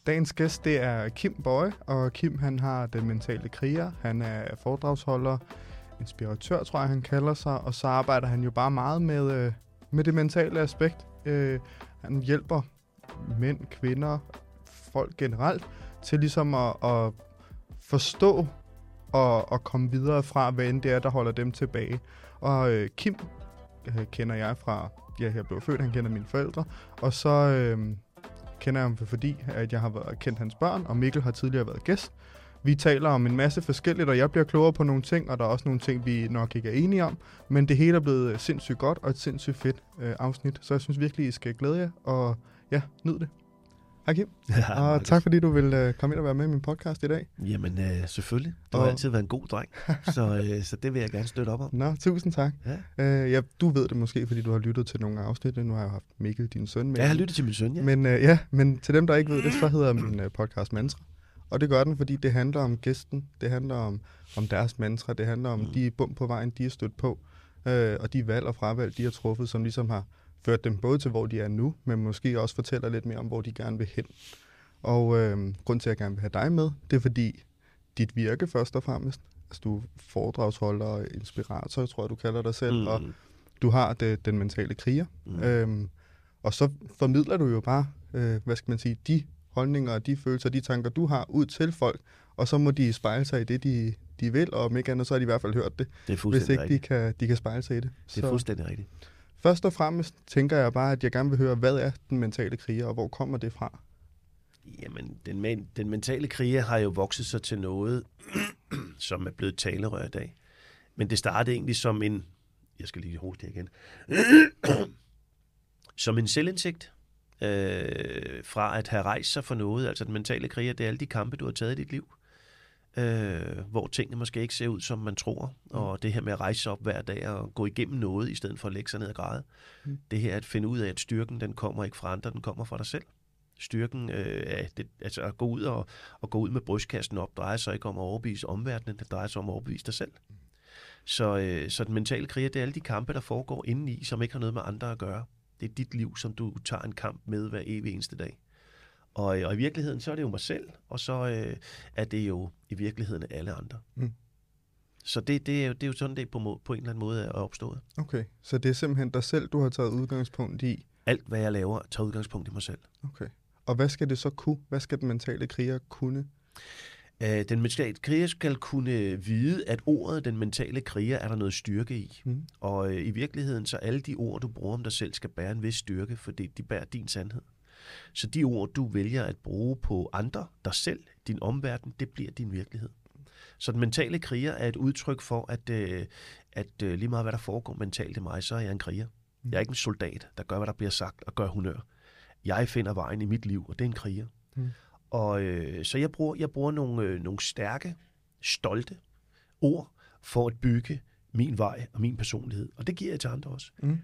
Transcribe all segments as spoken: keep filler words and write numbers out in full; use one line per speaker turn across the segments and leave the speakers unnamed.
Dagens gæst, det er Kim Boye, og Kim han har Den Mentale Kriger. Han er foredragsholder, inspiratør, tror jeg, han kalder sig, og så arbejder han jo bare meget med, øh, med det mentale aspekt. Øh, han hjælper mænd, kvinder, folk generelt, til ligesom at, at forstå og, og komme videre fra, hvad end det er, der holder dem tilbage. Og øh, Kim øh, kender jeg fra, ja, jeg blev født, han kender mine forældre, og så øh, kender jeg ham, fordi at jeg har været, kendt hans børn, og Mikkel har tidligere været gæst. Vi taler om en masse forskelligt, og jeg bliver klogere på nogle ting, og der er også nogle ting, vi nok ikke er enige om, men det hele er blevet sindssygt godt, og et sindssygt fedt øh, afsnit, så jeg synes virkelig, I skal glæde jer, og ja, nyd det. Hej Kim, ja, og tak fordi du vil øh, komme ind og være med i min podcast i dag.
Jamen øh, selvfølgelig, du og... har altid været en god dreng, så, øh, så det vil jeg gerne støtte op om.
Nå, tusind tak. Ja. Øh, ja, du ved det måske, fordi du har lyttet til nogle afsnit, nu har jeg haft Mikkel, din søn, med.
Ja, jeg har lyttet til min søn, ja.
Men, øh, ja, men til dem, der ikke ved det, så hedder min øh, podcast Mantra. Og det gør den, fordi det handler om gæsten, det handler om, om deres mantra, det handler om mm. de bump på vejen, de er stødt på, øh, og de valg og fravalg, de har truffet, som ligesom har ført dem både til, hvor de er nu, men måske også fortæller lidt mere om, hvor de gerne vil hen. Og øh, grund til, at jeg gerne vil have dig med, det er fordi dit virke først og fremmest, altså du er foredragsholder og inspirator, tror jeg, du kalder dig selv, mm. og du har det, Den Mentale Kriger. Mm. Øhm, og så formidler du jo bare, øh, hvad skal man sige, de holdninger og de følelser, de tanker, du har ud til folk, og så må de spejle sig i det, de, de vil, og om ikke andet, så har de i hvert fald hørt det,
det er
hvis ikke
rigtigt.
de kan, de kan spejle sig i det.
Det er så fuldstændig rigtigt.
Først og fremmest tænker jeg bare, at jeg gerne vil høre, hvad er den mentale kriger, og hvor kommer det fra?
Jamen, den, men, den mentale kriger har jo vokset sig til noget, som er blevet talerør i dag. Men det startede egentlig som en, jeg skal lige hoste det igen, som en selvindsigt øh, fra at have rejst sig for noget. Altså den mentale kriger, det er alle de kampe, du har taget i dit liv, øh, hvor tingene måske ikke ser ud, som man tror. Og det her med at rejse sig op hver dag og gå igennem noget, i stedet for at lægge sig ned og græde. Mm. Det her at finde ud af, at styrken, den kommer ikke fra andre, den kommer fra dig selv. Styrken, øh, det, altså at gå ud og, og gå ud med brystkassen op, drejer sig ikke om at overbevise omverdenen, det drejer sig om at overbevise dig selv. Så, øh, så den mentale kriger, det er alle de kampe, der foregår indeni, som ikke har noget med andre at gøre. Det er dit liv, som du tager en kamp med hver evig eneste dag. Og, og i virkeligheden, så er det jo mig selv, og så øh, er det jo i virkeligheden alle andre. Mm. Så det, det, er jo, det er jo sådan, det på, må, på en eller anden måde er opstået.
Okay, så det er simpelthen dig selv, du har taget udgangspunkt i?
Alt, hvad jeg laver, tager udgangspunkt i mig selv.
Okay. Og hvad skal det så kunne? Hvad skal den mentale kriger kunne?
Uh, den mentale kriger skal kunne vide, at ordet, den mentale kriger, er der noget styrke i. Mm. Og uh, i virkeligheden, så alle de ord, du bruger om dig selv, skal bære en vis styrke, fordi de bærer din sandhed. Så de ord, du vælger at bruge på andre, dig selv, din omverden, det bliver din virkelighed. Så den mentale kriger er et udtryk for, at, uh, at uh, lige meget hvad der foregår mentalt i mig, så er jeg en kriger. Mm. Jeg er ikke en soldat, der gør, hvad der bliver sagt og gør honør. Jeg finder vejen i mit liv, og det er en kriger. Mm. Og øh, så jeg bruger, jeg bruger nogle, øh, nogle stærke, stolte ord for at bygge min vej og min personlighed. Og det giver jeg til andre også. Mm.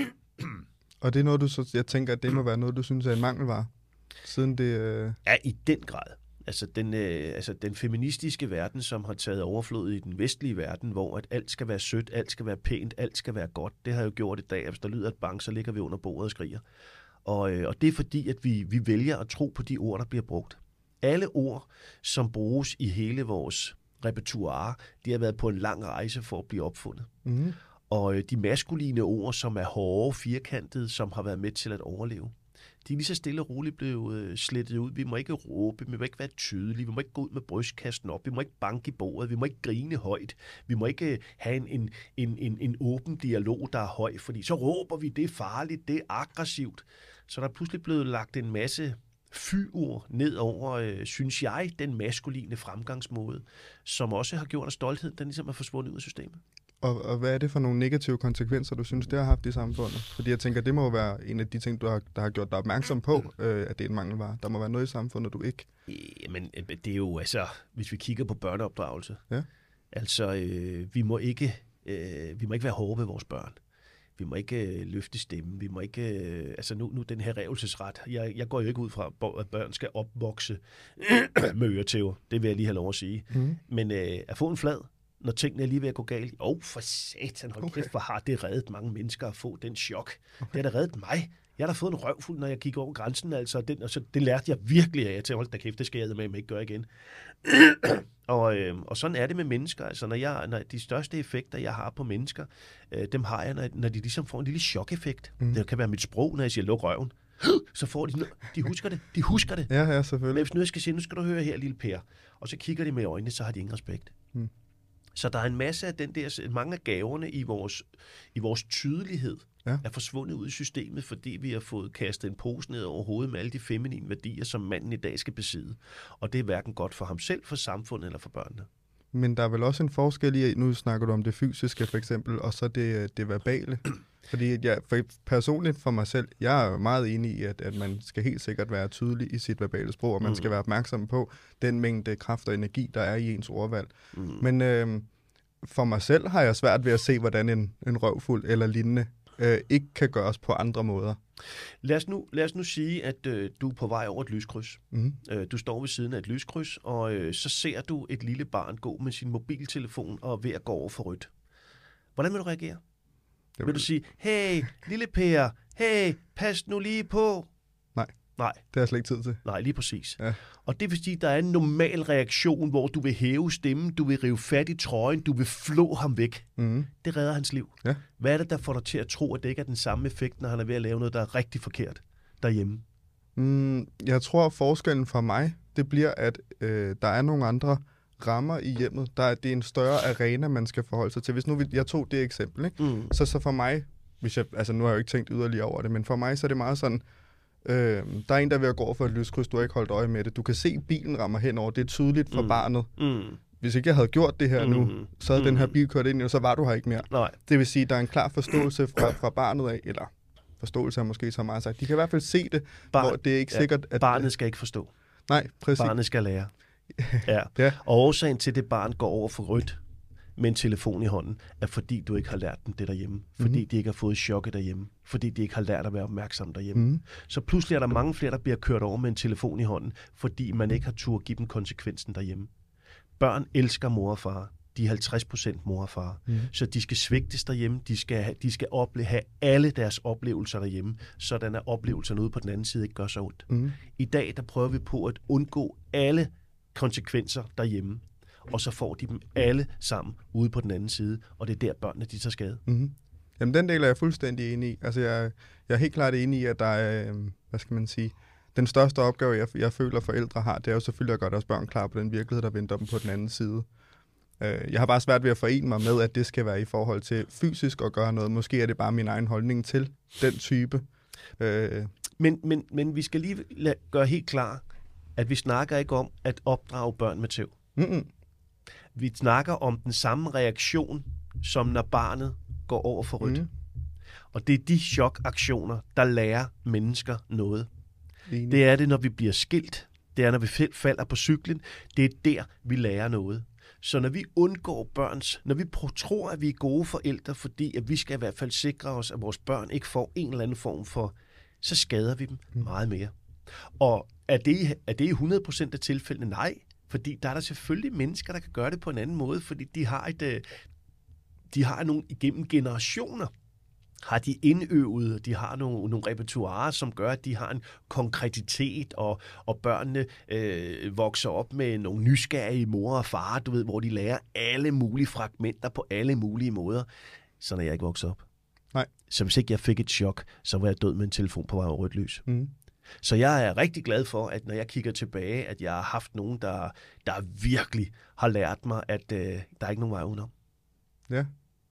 Og det er noget, du så, jeg tænker, at det må være noget, du synes er en mangelvare, siden det... Øh...
Ja, i den grad. Altså den, øh, altså den feministiske verden, som har taget overflod i den vestlige verden, hvor at alt skal være sødt, alt skal være pænt, alt skal være godt. Det har jo gjort i dag, at hvis der lyder et bang, så ligger vi under bordet og skriger. Og, og det er fordi, at vi, vi vælger at tro på de ord, der bliver brugt. Alle ord, som bruges i hele vores repertoire, de har været på en lang rejse for at blive opfundet. Mm. Og de maskuline ord, som er hårde, firkantede, som har været med til at overleve, de er lige så stille og roligt blevet slettet ud. Vi må ikke råbe, vi må ikke være tydelige, vi må ikke gå ud med brystkassen op, vi må ikke banke i bordet, vi må ikke grine højt, vi må ikke have en, en, en, en, en åben dialog, der er høj, fordi så råber vi, det er farligt, det er aggressivt. Så der er pludselig blevet lagt en masse fy-ord ned over, øh, synes jeg, den maskuline fremgangsmåde, som også har gjort, at stoltheden den ligesom er forsvundet ud af systemet.
Og, og hvad er det for nogle negative konsekvenser, du synes, det har haft i samfundet? Fordi jeg tænker, det må jo være en af de ting, du har, der har gjort dig opmærksom på, øh, at det er en mangelvare. Der må være noget i samfundet, du ikke...
Jamen, det er jo altså, hvis vi kigger på børneopdragelse,
ja.
altså, øh, vi må ikke, øh, vi må ikke være hårde ved vores børn. Vi må ikke øh, løfte stemmen. Vi må ikke... Øh, altså nu, nu den her revelsesret. Jeg, jeg går jo ikke ud fra, at børn skal opvokse med øretæver. Det vil jeg lige have lov at sige. Mm. Men øh, at få en flad, når tingene er lige ved at gå galt. Åh, oh, for satan, hold okay. kæft, hvor har det reddet mange mennesker at få den chok. Okay. Det har da reddet mig. Jeg har da fået en røvfuld, når jeg gik over grænsen, altså, den, og så, det lærte jeg virkelig af. Jeg tænkte, hold da kæft, det skal jeg med, ikke gøre igen. og, øh, og sådan er det med mennesker. Altså, når jeg, når de største effekter, jeg har på mennesker, øh, dem har jeg, når, når de ligesom får en lille chok-effekt. Mm. Det kan være mit sprog, når jeg siger, luk røven. Så får de, de husker det, de husker det.
Ja, ja, selvfølgelig.
Men hvis nu jeg skal sige, nu skal du høre her, lille Per, og så kigger de med øjnene, så har de ingen respekt. Mm. Så der er en masse af den der, mange af gaverne i vores, i vores tydelighed, ja. er forsvundet ud i systemet, fordi vi har fået kastet en pose ned over hovedet med alle de feminine værdier, som manden i dag skal besidde. Og det er hverken godt for ham selv, for samfundet eller for børnene.
Men der er vel også en forskel i, nu snakker du om det fysiske for eksempel, og så det, det verbale. Fordi jeg, for personligt for mig selv, jeg er meget enig i, at, at man skal helt sikkert være tydelig i sit verbale sprog, og man mm. skal være opmærksom på den mængde kraft og energi, der er i ens ordvalg. Mm. Men øh, for mig selv har jeg svært ved at se, hvordan en, en røvfuld eller lignende øh, ikke kan gøres på andre måder.
Lad os nu, lad os nu sige, at øh, du er på vej over et lyskryds. Mm. Øh, du står ved siden af et lyskryds, og øh, så ser du et lille barn gå med sin mobiltelefon og ved at gå over for rødt. Hvordan vil du reagere? Vil... vil du sige, hey, lille Per, hey, pas nu lige på?
Nej,
Nej.
Det har jeg slet ikke tid til.
Nej, lige præcis. Ja. Og det vil sige, at der er en normal reaktion, hvor du vil hæve stemmen, du vil rive fat i trøjen, du vil flå ham væk. Mm. Det redder hans liv. Ja. Hvad er det, der får dig til at tro, at det ikke er den samme effekt, når han er ved at lave noget, der er rigtig forkert derhjemme?
Mm, jeg tror, at forskellen for mig, det bliver, at øh, der er nogle andre rammer i hjemmet. Der er, det er en større arena, man skal forholde sig til. Hvis nu vi, jeg tog det eksempel, ikke? Mm. Så, så for mig, hvis jeg, altså nu har jeg jo ikke tænkt yderligere over det, men for mig så er det meget sådan, øh, der er en, der er ved at gå over for et lyskryds, du har ikke holdt øje med det. Du kan se, bilen rammer henover. Det er tydeligt for mm. barnet. Mm. Hvis ikke jeg havde gjort det her mm. nu, så havde mm. den her bil kørt ind, og så var du her ikke mere. Nej. Det vil sige, at der er en klar forståelse fra, fra barnet af, eller forståelse er måske så meget sagt. De kan i hvert fald se det, Bar- hvor det er ikke ja, sikkert, at...
Barnet skal ikke forstå.
Nej, præcis.
Barnet skal lære. Ja. ja. Og årsagen til, at det barn går over for rødt med en telefon i hånden, er fordi du ikke har lært dem det derhjemme. Fordi mm. de ikke har fået chokket derhjemme. Fordi de ikke har lært at være opmærksom derhjemme. Mm. Så pludselig er der mange flere, der bliver kørt over med en telefon i hånden, fordi man ikke har tur at give dem konsekvensen derhjemme. Børn elsker mor og far. De er halvtreds procent mor og far. Mm. Så de skal svigtes derhjemme. De skal, have, de skal opleve, have alle deres oplevelser derhjemme, sådan at oplevelserne ude på den anden side ikke gør så ondt. Mm. I dag der prøver vi på at undgå alle konsekvenser derhjemme, og så får de dem alle sammen ude på den anden side, og det er der børnene de tager skade.
Mm-hmm. Jamen den del er jeg fuldstændig enig i. Altså jeg, jeg er helt klart enig i, at der er, hvad skal man sige, den største opgave, jeg, jeg føler forældre har, det er jo selvfølgelig at gøre deres børn klar på den virkelighed, der venter dem på den anden side. Jeg har bare svært ved at forene mig med, at det skal være i forhold til fysisk at gøre noget. Måske er det bare min egen holdning til den type.
Men, men, men vi skal lige gøre helt klar, at vi snakker ikke om at opdrage børn med tæv. Mm-mm. Vi snakker om den samme reaktion, som når barnet går over for rødt. Mm. Og det er de chokaktioner, der lærer mennesker noget. Enig. Det er det, når vi bliver skilt. Det er, når vi falder på cyklen. Det er der, vi lærer noget. Så når vi undgår børns, når vi tror, at vi er gode forældre, fordi at vi skal i hvert fald sikre os, at vores børn ikke får en eller anden form for, så skader vi dem mm. meget mere. Og er det, er det i hundrede procent af tilfældene? Nej, fordi der er der selvfølgelig mennesker, der kan gøre det på en anden måde, fordi de har et, de har nogle igennem generationer, har de indøvet, de har nogle, nogle repertoirer, som gør, at de har en konkretitet, og, og børnene øh, vokser op med nogle nysgerrige mor og far, du ved, hvor de lærer alle mulige fragmenter på alle mulige måder. Sådan er jeg ikke vokset op.
Nej.
Så hvis ikke jeg fik et chok, så var jeg død med en telefon på vej over rødt lys. Mm. Så jeg er rigtig glad for, at når jeg kigger tilbage, at jeg har haft nogen, der, der virkelig har lært mig, at øh, der er ikke nogen vej udenom.
Ja.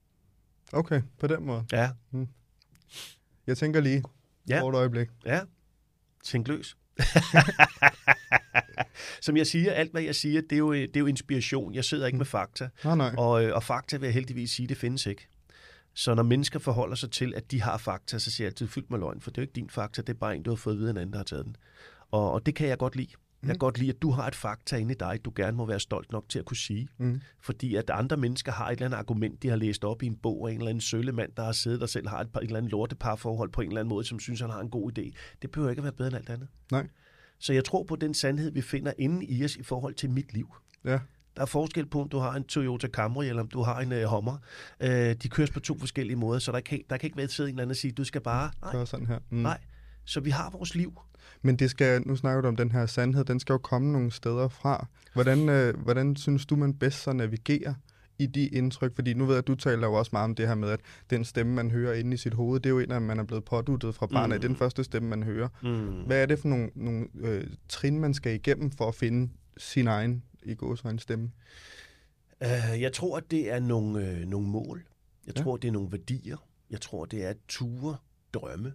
Okay, på den måde.
Ja.
Hmm. Jeg tænker lige.
Ja.
Kort øjeblik.
Ja. Tænk løs. Som jeg siger, alt hvad jeg siger, det er jo, det er jo inspiration. Jeg sidder ikke hmm. med fakta.
Ah, nej.
Og, og fakta vil jeg heldigvis sige, det findes ikke. Så når mennesker forholder sig til, at de har fakta, så siger jeg altid, fyldt med løgn, for det er jo ikke din fakta, det er bare en, du har fået at vide, en anden, der har taget den. Og, og det kan jeg godt lide. Jeg kan mm. godt lide, at du har et fakta inde i dig, du gerne må være stolt nok til at kunne sige. Mm. Fordi at andre mennesker har et eller andet argument, de har læst op i en bog af en eller anden sølemand, der har siddet og selv har et, par, et eller andet lorteparforhold på en eller anden måde, som synes, han har en god idé. Det behøver ikke at være bedre end alt andet.
Nej.
Så jeg tror på den sandhed, vi finder inde i os i forhold til mit liv.
Ja.
Der er forskel på, om du har en Toyota Camry, eller om du har en uh, Hummer. Uh, de køres på to forskellige måder, så der kan, der kan ikke være et sidde en eller anden og sige, du skal bare...
Nej, sådan her. Mm.
Nej. Så vi har vores liv.
Men det skal, nu snakker du om den her sandhed, den skal jo komme nogle steder fra. Hvordan, øh, hvordan synes du, man bedst så navigerer i de indtryk? Fordi nu ved jeg, at du taler jo også meget om det her med, at den stemme, man hører inde i sit hoved, det er jo en af, man er blevet påduttet fra barnet. Mm. Det er den første stemme, man hører. Mm. Hvad er det for nogle, nogle øh, trin, man skal igennem for at finde sin egen i gåseøjne stemme?
Uh, jeg tror, at det er nogle, øh, nogle mål. Jeg ja. tror, det er nogle værdier. Jeg tror, det er ture, drømme.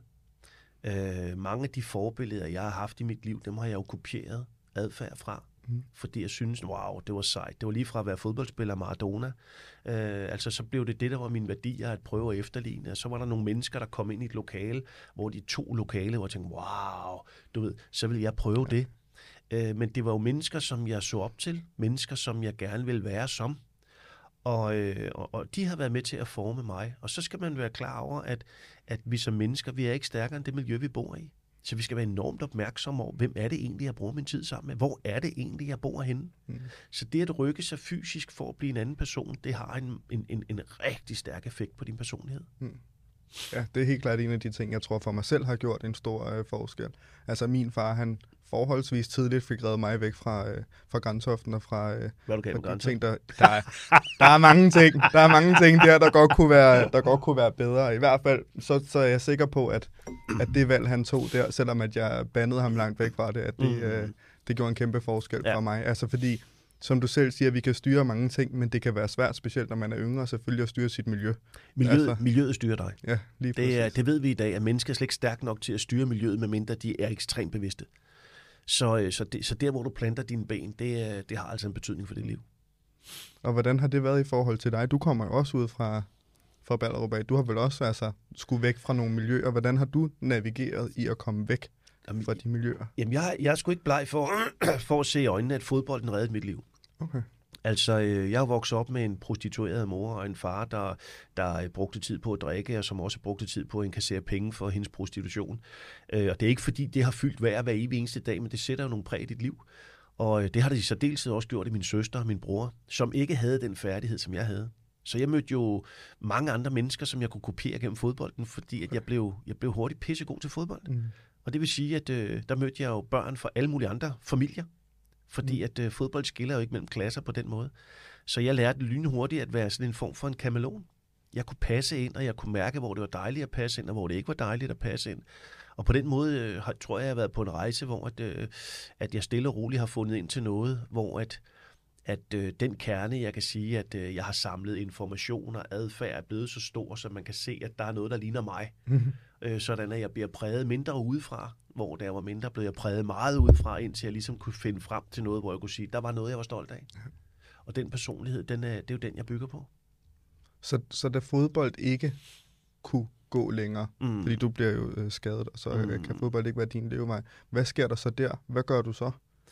Uh, mange af de forbilleder, jeg har haft i mit liv, dem har jeg jo kopieret adfærd fra. Mm. Fordi jeg synes, wow, det var sejt. Det var lige fra at være fodboldspiller Maradona. Uh, altså, så blev det det, der var mine værdier, at prøve at efterligne. Og så var der nogle mennesker, der kom ind i et lokale, hvor de to lokale, hvor jeg tænkte, wow, du ved, så vil jeg prøve ja. det. Uh, men det var jo mennesker, som jeg så op til. Mennesker, som jeg gerne vil være som. Og, øh, og, og de har været med til at forme mig. Og så skal man være klar over, at, at vi som mennesker, vi er ikke stærkere end det miljø, vi bor i. Så vi skal være enormt opmærksomme over, hvem er det egentlig, jeg bruger min tid sammen med? Hvor er det egentlig, jeg bor henne? Mm. Så det at rykke sig fysisk for at blive en anden person, det har en, en, en, en rigtig stærk effekt på din personlighed. Mm.
Ja, det er helt klart en af de ting, jeg tror for mig selv har gjort en stor øh, forskel. Altså min far, han forholdsvis tidligt fik reddet mig væk fra, øh, fra Grantoften og fra, øh,
Hvad er du
fra de ting, der, der, er, der er mange ting, der er mange ting der, der godt kunne være, der godt kunne være bedre. I hvert fald, så, så er jeg sikker på, at, at det valg, han tog der, selvom at jeg bandede ham langt væk fra det, at det, mm. øh, det gjorde en kæmpe forskel ja. for mig. Altså fordi, som du selv siger, vi kan styre mange ting, men det kan være svært, specielt når man er yngre, selvfølgelig at styre sit miljø.
Miljøet, altså, miljøet styrer dig.
Ja, lige
det, er, det ved vi i dag, at mennesker er slet ikke stærke nok til at styre miljøet, medmindre de er ekstremt bevidste. Så, så, det, så der, hvor du planter dine ben, det, det har altså en betydning for dit liv.
Og hvordan har det været i forhold til dig? Du kommer jo også ud fra, fra Ballerup af. Du har vel også altså, skulle væk fra nogle miljøer. Hvordan har du navigeret i at komme væk jamen, fra de miljøer?
Jamen, jeg, jeg er sgu ikke bleg for, for at se i øjnene, at fodbolden reddede mit liv.
Okay.
Altså, jeg er vokset op med en prostitueret mor og en far, der, der brugte tid på at drikke, og som også brugte tid på at inkassere penge for hendes prostitution. Og det er ikke fordi, det har fyldt hver hver evig eneste dag, men det sætter jo nogle præg i dit liv. Og det har det i særdeleshed også gjort i min søster og min bror, som ikke havde den færdighed, som jeg havde. Så jeg mødte jo mange andre mennesker, som jeg kunne kopiere gennem fodbolden, fordi at jeg, blev, jeg blev hurtigt pissegod til fodbold. Mm. Og det vil sige, at øh, der mødte jeg jo børn fra alle mulige andre familier. Fordi at øh, fodbold skiller jo ikke mellem klasser på den måde. Så jeg lærte lynhurtigt at være sådan en form for en kameleon. Jeg kunne passe ind, og jeg kunne mærke, hvor det var dejligt at passe ind, og hvor det ikke var dejligt at passe ind. Og på den måde øh, har, tror jeg, jeg har været på en rejse, hvor at, øh, at jeg stille og roligt har fundet ind til noget, hvor at, at øh, den kerne, jeg kan sige, at øh, jeg har samlet information og adfærd er blevet så stor, så man kan se, at der er noget, der ligner mig. Mm-hmm. Øh, sådan at jeg bliver præget mindre udefra, hvor da jeg var mindre, blev jeg præget meget udefra, indtil jeg ligesom kunne finde frem til noget, hvor jeg kunne sige, der var noget, jeg var stolt af. Ja. Og den personlighed, den er, det er jo den, jeg bygger på.
Så, så da fodbold ikke kunne gå længere, mm. fordi du bliver jo øh, skadet, og så mm. kan fodbold ikke være din levevej. Hvad sker der så der? Hvad gør du så?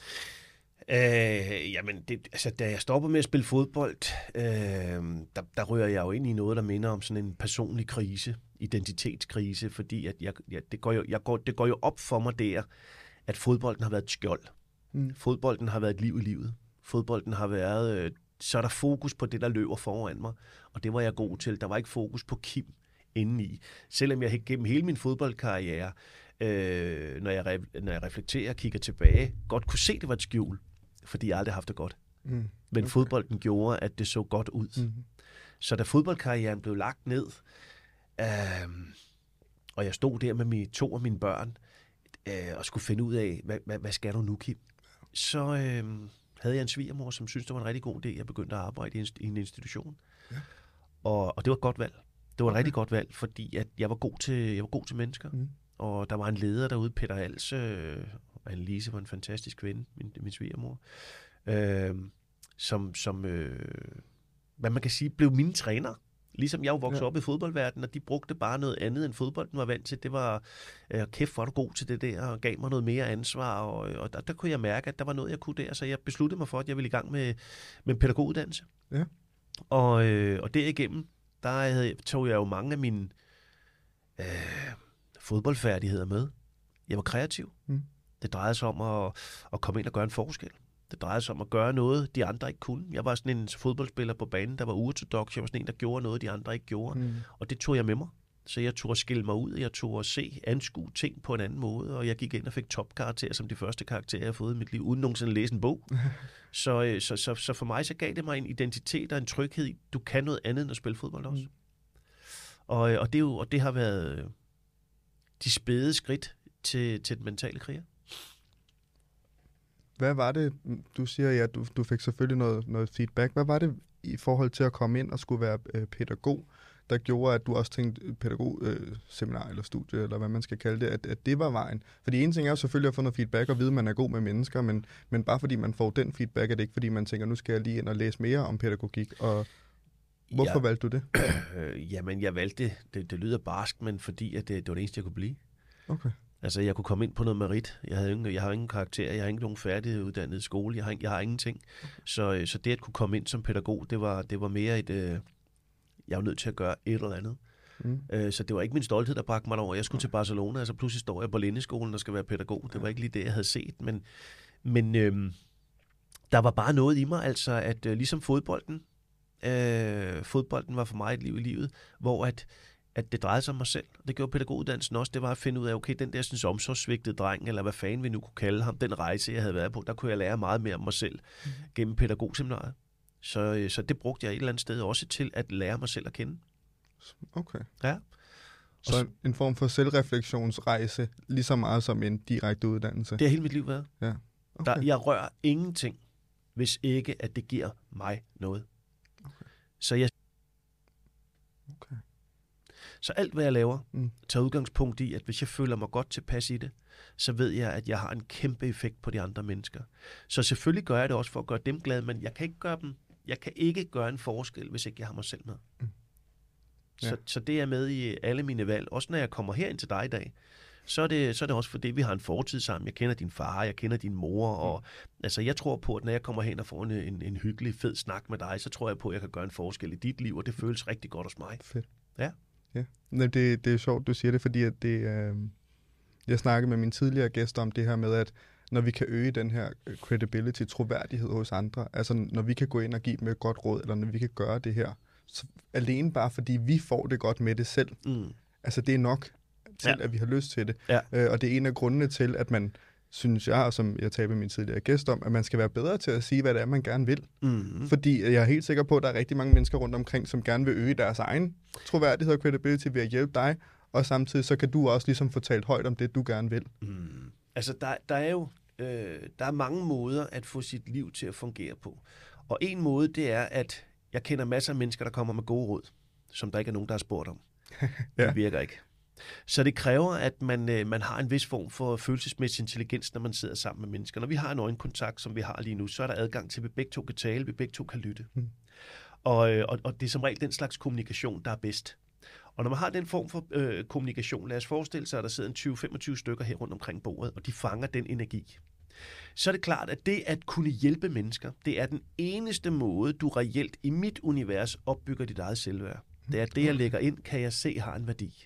Øh, jamen, det, altså, da jeg stopper med at spille fodbold, øh, der, der rører jeg jo ind i noget, der minder om sådan en personlig krise, identitetskrise, fordi at jeg, jeg, det, går jo, jeg går, det går jo op for mig der, at fodbolden har været et skjold. Mm. Fodbolden har været et liv i livet. Fodbolden har været, øh, så er der fokus på det, der løber foran mig, og det var jeg god til. Der var ikke fokus på Kim indeni. Selvom jeg gennem hele min fodboldkarriere, øh, når, jeg, når jeg reflekterer og kigger tilbage, godt kunne se, det var et skjul, fordi jeg aldrig har haft det godt. Mm. Men okay. fodbolden gjorde, at det så godt ud. Mm. Så da fodboldkarrieren blev lagt ned, øh, og jeg stod der med mine, to af mine børn, øh, og skulle finde ud af, hvad, hvad, hvad skal du nu, Kim? Så øh, havde jeg en svigermor, som syntes, det var en rigtig god idé. Jeg begyndte at arbejde i en, i en institution. Ja. Og, og det var et godt valg. Det var et okay. rigtig godt valg, fordi at jeg var god til, jeg var god til mennesker. Mm. Og der var en leder derude, Peter Als, øh, og Annelise var en fantastisk kvinde, min, min svigermor, øh, som, som øh, hvad man kan sige, blev mine træner. Ligesom jeg jo voksede ja. op i fodboldverdenen, og de brugte bare noget andet, end fodbolden var vant til. Det var, øh, kæft, hvor er du god til det der, og gav mig noget mere ansvar, og, og der, der kunne jeg mærke, at der var noget, jeg kunne der, så jeg besluttede mig for, at jeg ville i gang med, med pædagoguddannelse. Ja. Og, øh, og derigennem, der havde, tog jeg jo mange af mine øh, fodboldfærdigheder med. Jeg var kreativ. Mm. Det drejede sig om at, at komme ind og gøre en forskel. Det drejede sig om at gøre noget, de andre ikke kunne. Jeg var sådan en fodboldspiller på banen, der var uortodoks. Jeg var sådan en, der gjorde noget, de andre ikke gjorde. Mm. Og det tog jeg med mig. Så jeg turde skille mig ud, jeg turde se, anskue ting på en anden måde, og jeg gik ind og fik topkarakterer som de første karakterer, jeg har fået i mit liv, uden nogensinde at læse en bog. så, så, så, så for mig så gav det mig en identitet og en tryghed i, du kan noget andet end at spille fodbold også. Mm. Og, og, det, er jo, og det har været de spæde skridt til, til den mentale kriger.
Hvad var det, du siger, ja, du, du fik selvfølgelig noget, noget feedback. Hvad var det i forhold til at komme ind og skulle være øh, pædagog, der gjorde, at du også tænkte pædagogseminar øh, eller studie, eller hvad man skal kalde det, at, at det var vejen? Fordi en ting er jo selvfølgelig at få noget feedback og vide, at man er god med mennesker, men, men bare fordi man får den feedback, er det ikke fordi, man tænker, nu skal jeg lige ind og læse mere om pædagogik. Og hvorfor ja, valgte du det?
Øh, jamen, jeg valgte det. det. Det lyder barsk, men fordi at det, det var det eneste, jeg kunne blive.
Okay.
Altså, jeg kunne komme ind på noget merit. Jeg, havde ingen, jeg har ingen karakter, jeg har ikke nogen færdiguddannet skole, jeg har, jeg har ingenting. Okay. Så, så det at kunne komme ind som pædagog, det var, det var mere et... Øh, jeg var nødt til at gøre et eller andet. Mm. Øh, så det var ikke min stolthed, der bragte mig over. Jeg skulle okay. til Barcelona, og så pludselig står jeg på Lindeskolen og skal være pædagog. Det var ikke lige det, jeg havde set. Men, men øh, der var bare noget i mig, altså at øh, ligesom fodbolden, øh, fodbolden var for mig et liv i livet, hvor at at det drejede sig om mig selv. Det gjorde pædagoguddannelsen også. Det var at finde ud af, okay, den der sådan, omsorgssvigtede dreng, eller hvad fanden vi nu kunne kalde ham, den rejse, jeg havde været på, der kunne jeg lære meget mere om mig selv mm. gennem pædagogseminaret. Så, så det brugte jeg et eller andet sted også til at lære mig selv at kende.
Okay.
Ja.
Så en, en form for selvrefleksionsrejse, lige så meget som en direkte uddannelse?
Det har hele mit liv været.
Ja. Okay.
Der, jeg rører ingenting, hvis ikke, at det giver mig noget. Okay. Så jeg
Okay.
Så alt, hvad jeg laver,
mm.
tager udgangspunkt i, at hvis jeg føler mig godt tilpas i det, så ved jeg, at jeg har en kæmpe effekt på de andre mennesker. Så selvfølgelig gør jeg det også for at gøre dem glade, men jeg kan ikke gøre dem, jeg kan ikke gøre en forskel, hvis ikke jeg har mig selv med. Mm. Ja. Så, så det er med i alle mine valg. Også når jeg kommer herind til dig i dag, så er det, så er det også fordi, vi har en fortid sammen. Jeg kender din far, jeg kender din mor, og mm. altså, jeg tror på, at når jeg kommer hen og får en, en, en hyggelig, fed snak med dig, så tror jeg på, at jeg kan gøre en forskel i dit liv, og det føles rigtig godt hos mig.
Fedt.
Ja.
Ja, det, det er sjovt, du siger det, fordi at det, øh, jeg snakkede med mine tidligere gæster om det her med, at når vi kan øge den her credibility, troværdighed hos andre, altså når vi kan gå ind og give dem et godt råd, eller når vi kan gøre det her, så alene bare fordi vi får det godt med det selv, mm. altså det er nok til, ja. At vi har lyst til det.
Ja.
Øh, og det er en af grundene til, at man, synes jeg, og som jeg talte med min tidligere gæst om, at man skal være bedre til at sige, hvad det er, man gerne vil. Mm-hmm. Fordi jeg er helt sikker på, at der er rigtig mange mennesker rundt omkring, som gerne vil øge deres egen troværdighed og credibility ved at hjælpe dig, og samtidig så kan du også ligesom få talt højt om det, du gerne vil.
Mm. Altså, der, der er jo øh, der er mange måder at få sit liv til at fungere på. Og en måde, det er, at jeg kender masser af mennesker, der kommer med gode råd, som der ikke er nogen, der har spurgt om. ja. Det virker ikke. Så det kræver, at man, øh, man har en vis form for følelsesmæssig intelligens, når man sidder sammen med mennesker. Når vi har en øjenkontakt, som vi har lige nu, så er der adgang til, at vi begge to kan tale, vi begge to kan lytte. Mm. Og, øh, og, og det er som regel den slags kommunikation, der er bedst. Og når man har den form for øh, kommunikation, lad os forestille sig, at der sidder en tyve til femogtyve stykker her rundt omkring bordet, og de fanger den energi. Så er det klart, at det at kunne hjælpe mennesker, det er den eneste måde, du reelt i mit univers opbygger dit eget selvværd. Det er, at det, jeg lægger ind, kan jeg se har en værdi.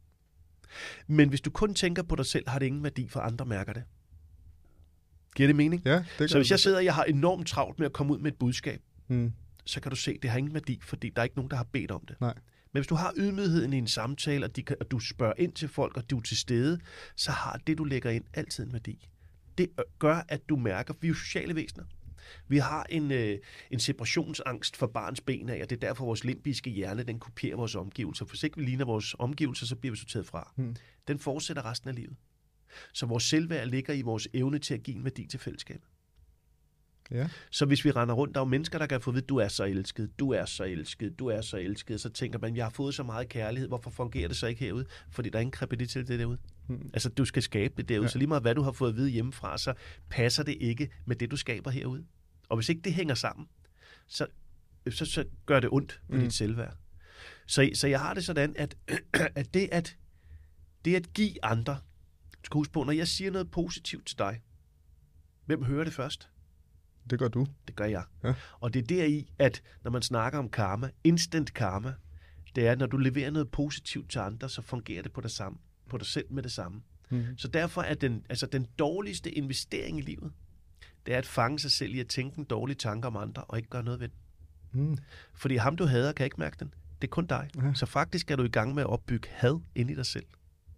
Men hvis du kun tænker på dig selv, har det ingen værdi, for andre mærker det. Giver det mening?
Ja, det
så hvis jeg sidder og jeg har enormt travlt med at komme ud med et budskab,
hmm.
så kan du se, at det har ingen værdi, fordi der er ikke nogen, der har bedt om det.
Nej.
Men hvis du har ydmygheden i en samtale, og, de kan, og du spørger ind til folk, og du er til stede, så har det, du lægger ind, altid en værdi. Det gør, at du mærker, at vi er jo sociale væsener. Vi har en, øh, en separationsangst for barns ben af, og det er derfor, vores limbiske hjerne, den kopierer vores omgivelser. For hvis ikke vi ligner vores omgivelser, så bliver vi sorteret fra. Hmm. Den fortsætter resten af livet. Så vores selvværd ligger i vores evne til at give en værdi til fællesskabet.
Ja.
Så hvis vi render rundt, der er jo mennesker, der kan få at vide, du er så elsket, du er så elsket, du er så elsket, så tænker man, jeg har fået så meget kærlighed, hvorfor fungerer det så ikke herude? Fordi der er ingen kredibilitet til det derude. Hmm. Altså, du skal skabe det derude, ja. Så lige meget hvad du har fået at vide hjemmefra, så passer det ikke med det, du skaber herude. Og hvis ikke det hænger sammen, så, så, så gør det ondt på mm. dit selvværd. Så, så jeg har det sådan, at, at, det at det at give andre, du skal huske på, når jeg siger noget positivt til dig, hvem hører det først?
Det gør du.
Det gør jeg.
Ja.
Og det er deri, at når man snakker om karma, instant karma, det er, når du leverer noget positivt til andre, så fungerer det på det samme, på dig selv med det samme. Mm. Så derfor er den, altså den dårligste investering i livet, det er at fange sig selv i at tænke en dårlig tanke om andre, og ikke gøre noget ved den. Mm. Fordi ham, du hader, kan ikke mærke den. Det er kun dig.
Ja.
Så faktisk er du i gang med at opbygge had inde i dig selv.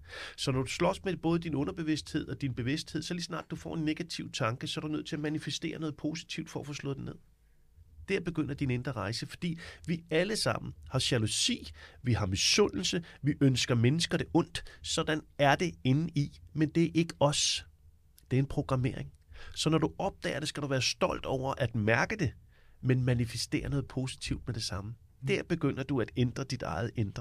Så når du slås med både din underbevidsthed og din bevidsthed, så lige snart du får en negativ tanke, så er du nødt til at manifestere noget positivt for at få slået den ned. Der begynder din indre rejse, fordi vi alle sammen har jalousi, vi har misundelse, vi ønsker mennesker det ondt. Sådan er det inde i, men det er ikke os. Det er en programmering. Så når du opdager det, skal du være stolt over at mærke det, men manifestere noget positivt med det samme. Der begynder du at ændre dit eget indre.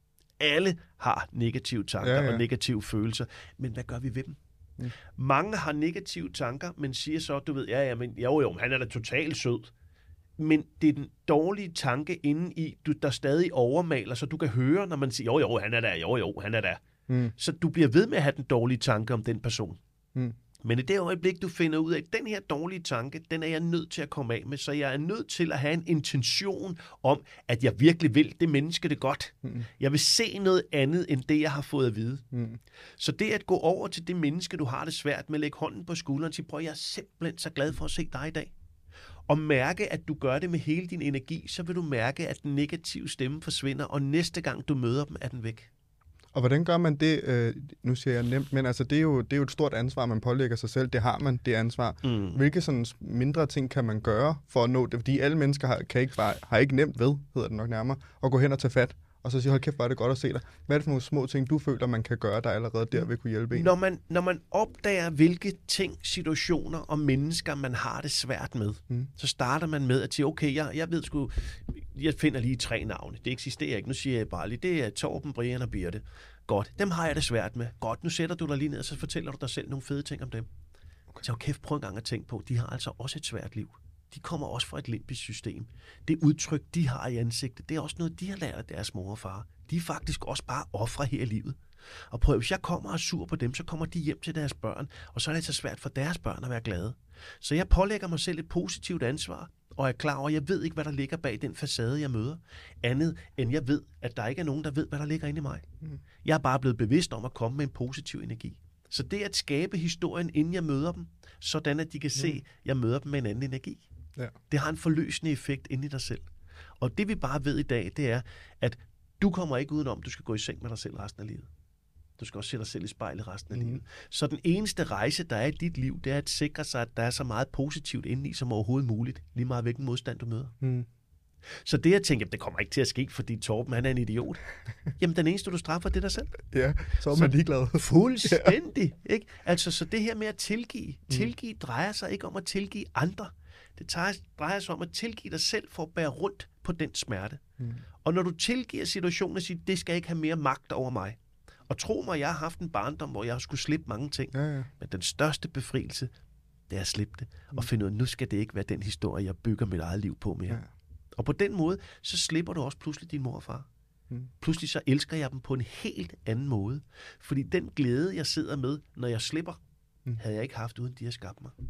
Alle har negative tanker ja, ja. og negative følelser, men hvad gør vi ved dem? Mm. Mange har negative tanker, men siger så, du ved, ja, ja, men jo, jo, han er da totalt sød. Men det er den dårlige tanke inde i, du, der stadig overmaler, så du kan høre, når man siger, jo, jo, han er der, jo, jo, han er der. Mm. Så du bliver ved med at have den dårlige tanke om den person. Mm. Men i det øjeblik, du finder ud af, at den her dårlige tanke, den er jeg nødt til at komme af med, så jeg er nødt til at have en intention om, at jeg virkelig vil det menneske det godt. Mm. Jeg vil se noget andet, end det, jeg har fået at vide. Mm. Så det at gå over til det menneske, du har det svært med, at lægge hånden på skulderen og sige, prøv, jeg er simpelthen så glad for at se dig i dag. Og mærke, at du gør det med hele din energi, så vil du mærke, at den negative stemme forsvinder, og næste gang du møder dem, er den væk.
Og hvordan gør man det? Øh, nu siger jeg nemt, men altså, det, er jo, det er jo et stort ansvar, man pålægger sig selv. Det har man, det ansvar. Mm. Hvilke sådan mindre ting kan man gøre for at nå det? Fordi alle mennesker har, kan ikke bare, har ikke nemt ved, hedder det nok nærmere, at gå hen og tage fat, og så sige, hold kæft, hvor er det godt at se dig. Hvad er det for nogle små ting, du føler, man kan gøre, der allerede der vil kunne hjælpe en?
Når man, når man opdager, hvilke ting, situationer og mennesker, man har det svært med, mm. så starter man med at sige, okay, jeg, jeg ved sgu, jeg finder lige tre navne. Det eksisterer ikke. Nu siger jeg bare lige, det er Torben, Brian og Birte. Godt, dem har jeg det svært med. Godt, nu sætter du dig lige ned, og så fortæller du dig selv nogle fede ting om dem. Okay. Så kæft, prøv en gang at tænke på, de har altså også et svært liv. De kommer også fra et limbisk system. Det udtryk, de har i ansigtet, det er også noget, de har lært af deres mor og far. De er faktisk også bare ofre her i livet. Og prøv, hvis jeg kommer og er sur på dem, så kommer de hjem til deres børn, og så er det så svært for deres børn at være glade. Så jeg pålægger mig selv et positivt ansvar, og er klar over, at jeg ved ikke, hvad der ligger bag den facade, jeg møder. Andet end jeg ved, at der ikke er nogen, der ved, hvad der ligger inde i mig. Mm. Jeg er bare blevet bevidst om at komme med en positiv energi. Så det at skabe historien, inden jeg møder dem, sådan at de kan se, at jeg møder dem med en anden energi. Ja. Det har en forløsende effekt inde i dig selv. Og det vi bare ved i dag, det er, at du kommer ikke udenom, du skal gå i seng med dig selv resten af livet. Du skal også se dig selv i spejlet resten af mm. livet. Så den eneste rejse, der er i dit liv, det er at sikre sig, at der er så meget positivt indeni som overhovedet muligt, lige meget hvilken modstand du møder. Mm. Så det at tænke, det kommer ikke til at ske, fordi Torben han er en idiot. Jamen den eneste, du straffer, det er dig selv.
Ja, så er man ligeglad.
Fuldstændig. Ja. Ikke? Altså, så det her med at tilgive, tilgive mm. drejer sig ikke om at tilgive andre. Det drejer sig om at tilgive dig selv for at bære rundt på den smerte. Mm. Og når du tilgiver situationen og siger, det skal ikke have mere magt over mig. Og tro mig, jeg har haft en barndom, hvor jeg har skulle slippe mange ting. Ja, ja. Men den største befrielse, det er at slippe det. Mm. Og finde ud af, nu skal det ikke være den historie, jeg bygger mit eget liv på mere. Ja. Og på den måde, så slipper du også pludselig din mor og far. Mm. Pludselig så elsker jeg dem på en helt anden måde. Fordi den glæde, jeg sidder med, når jeg slipper, mm. havde jeg ikke haft, uden de har skabt mig.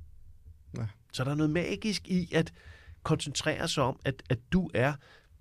Ja. Så der er noget magisk i at koncentrere sig om, at, at du er,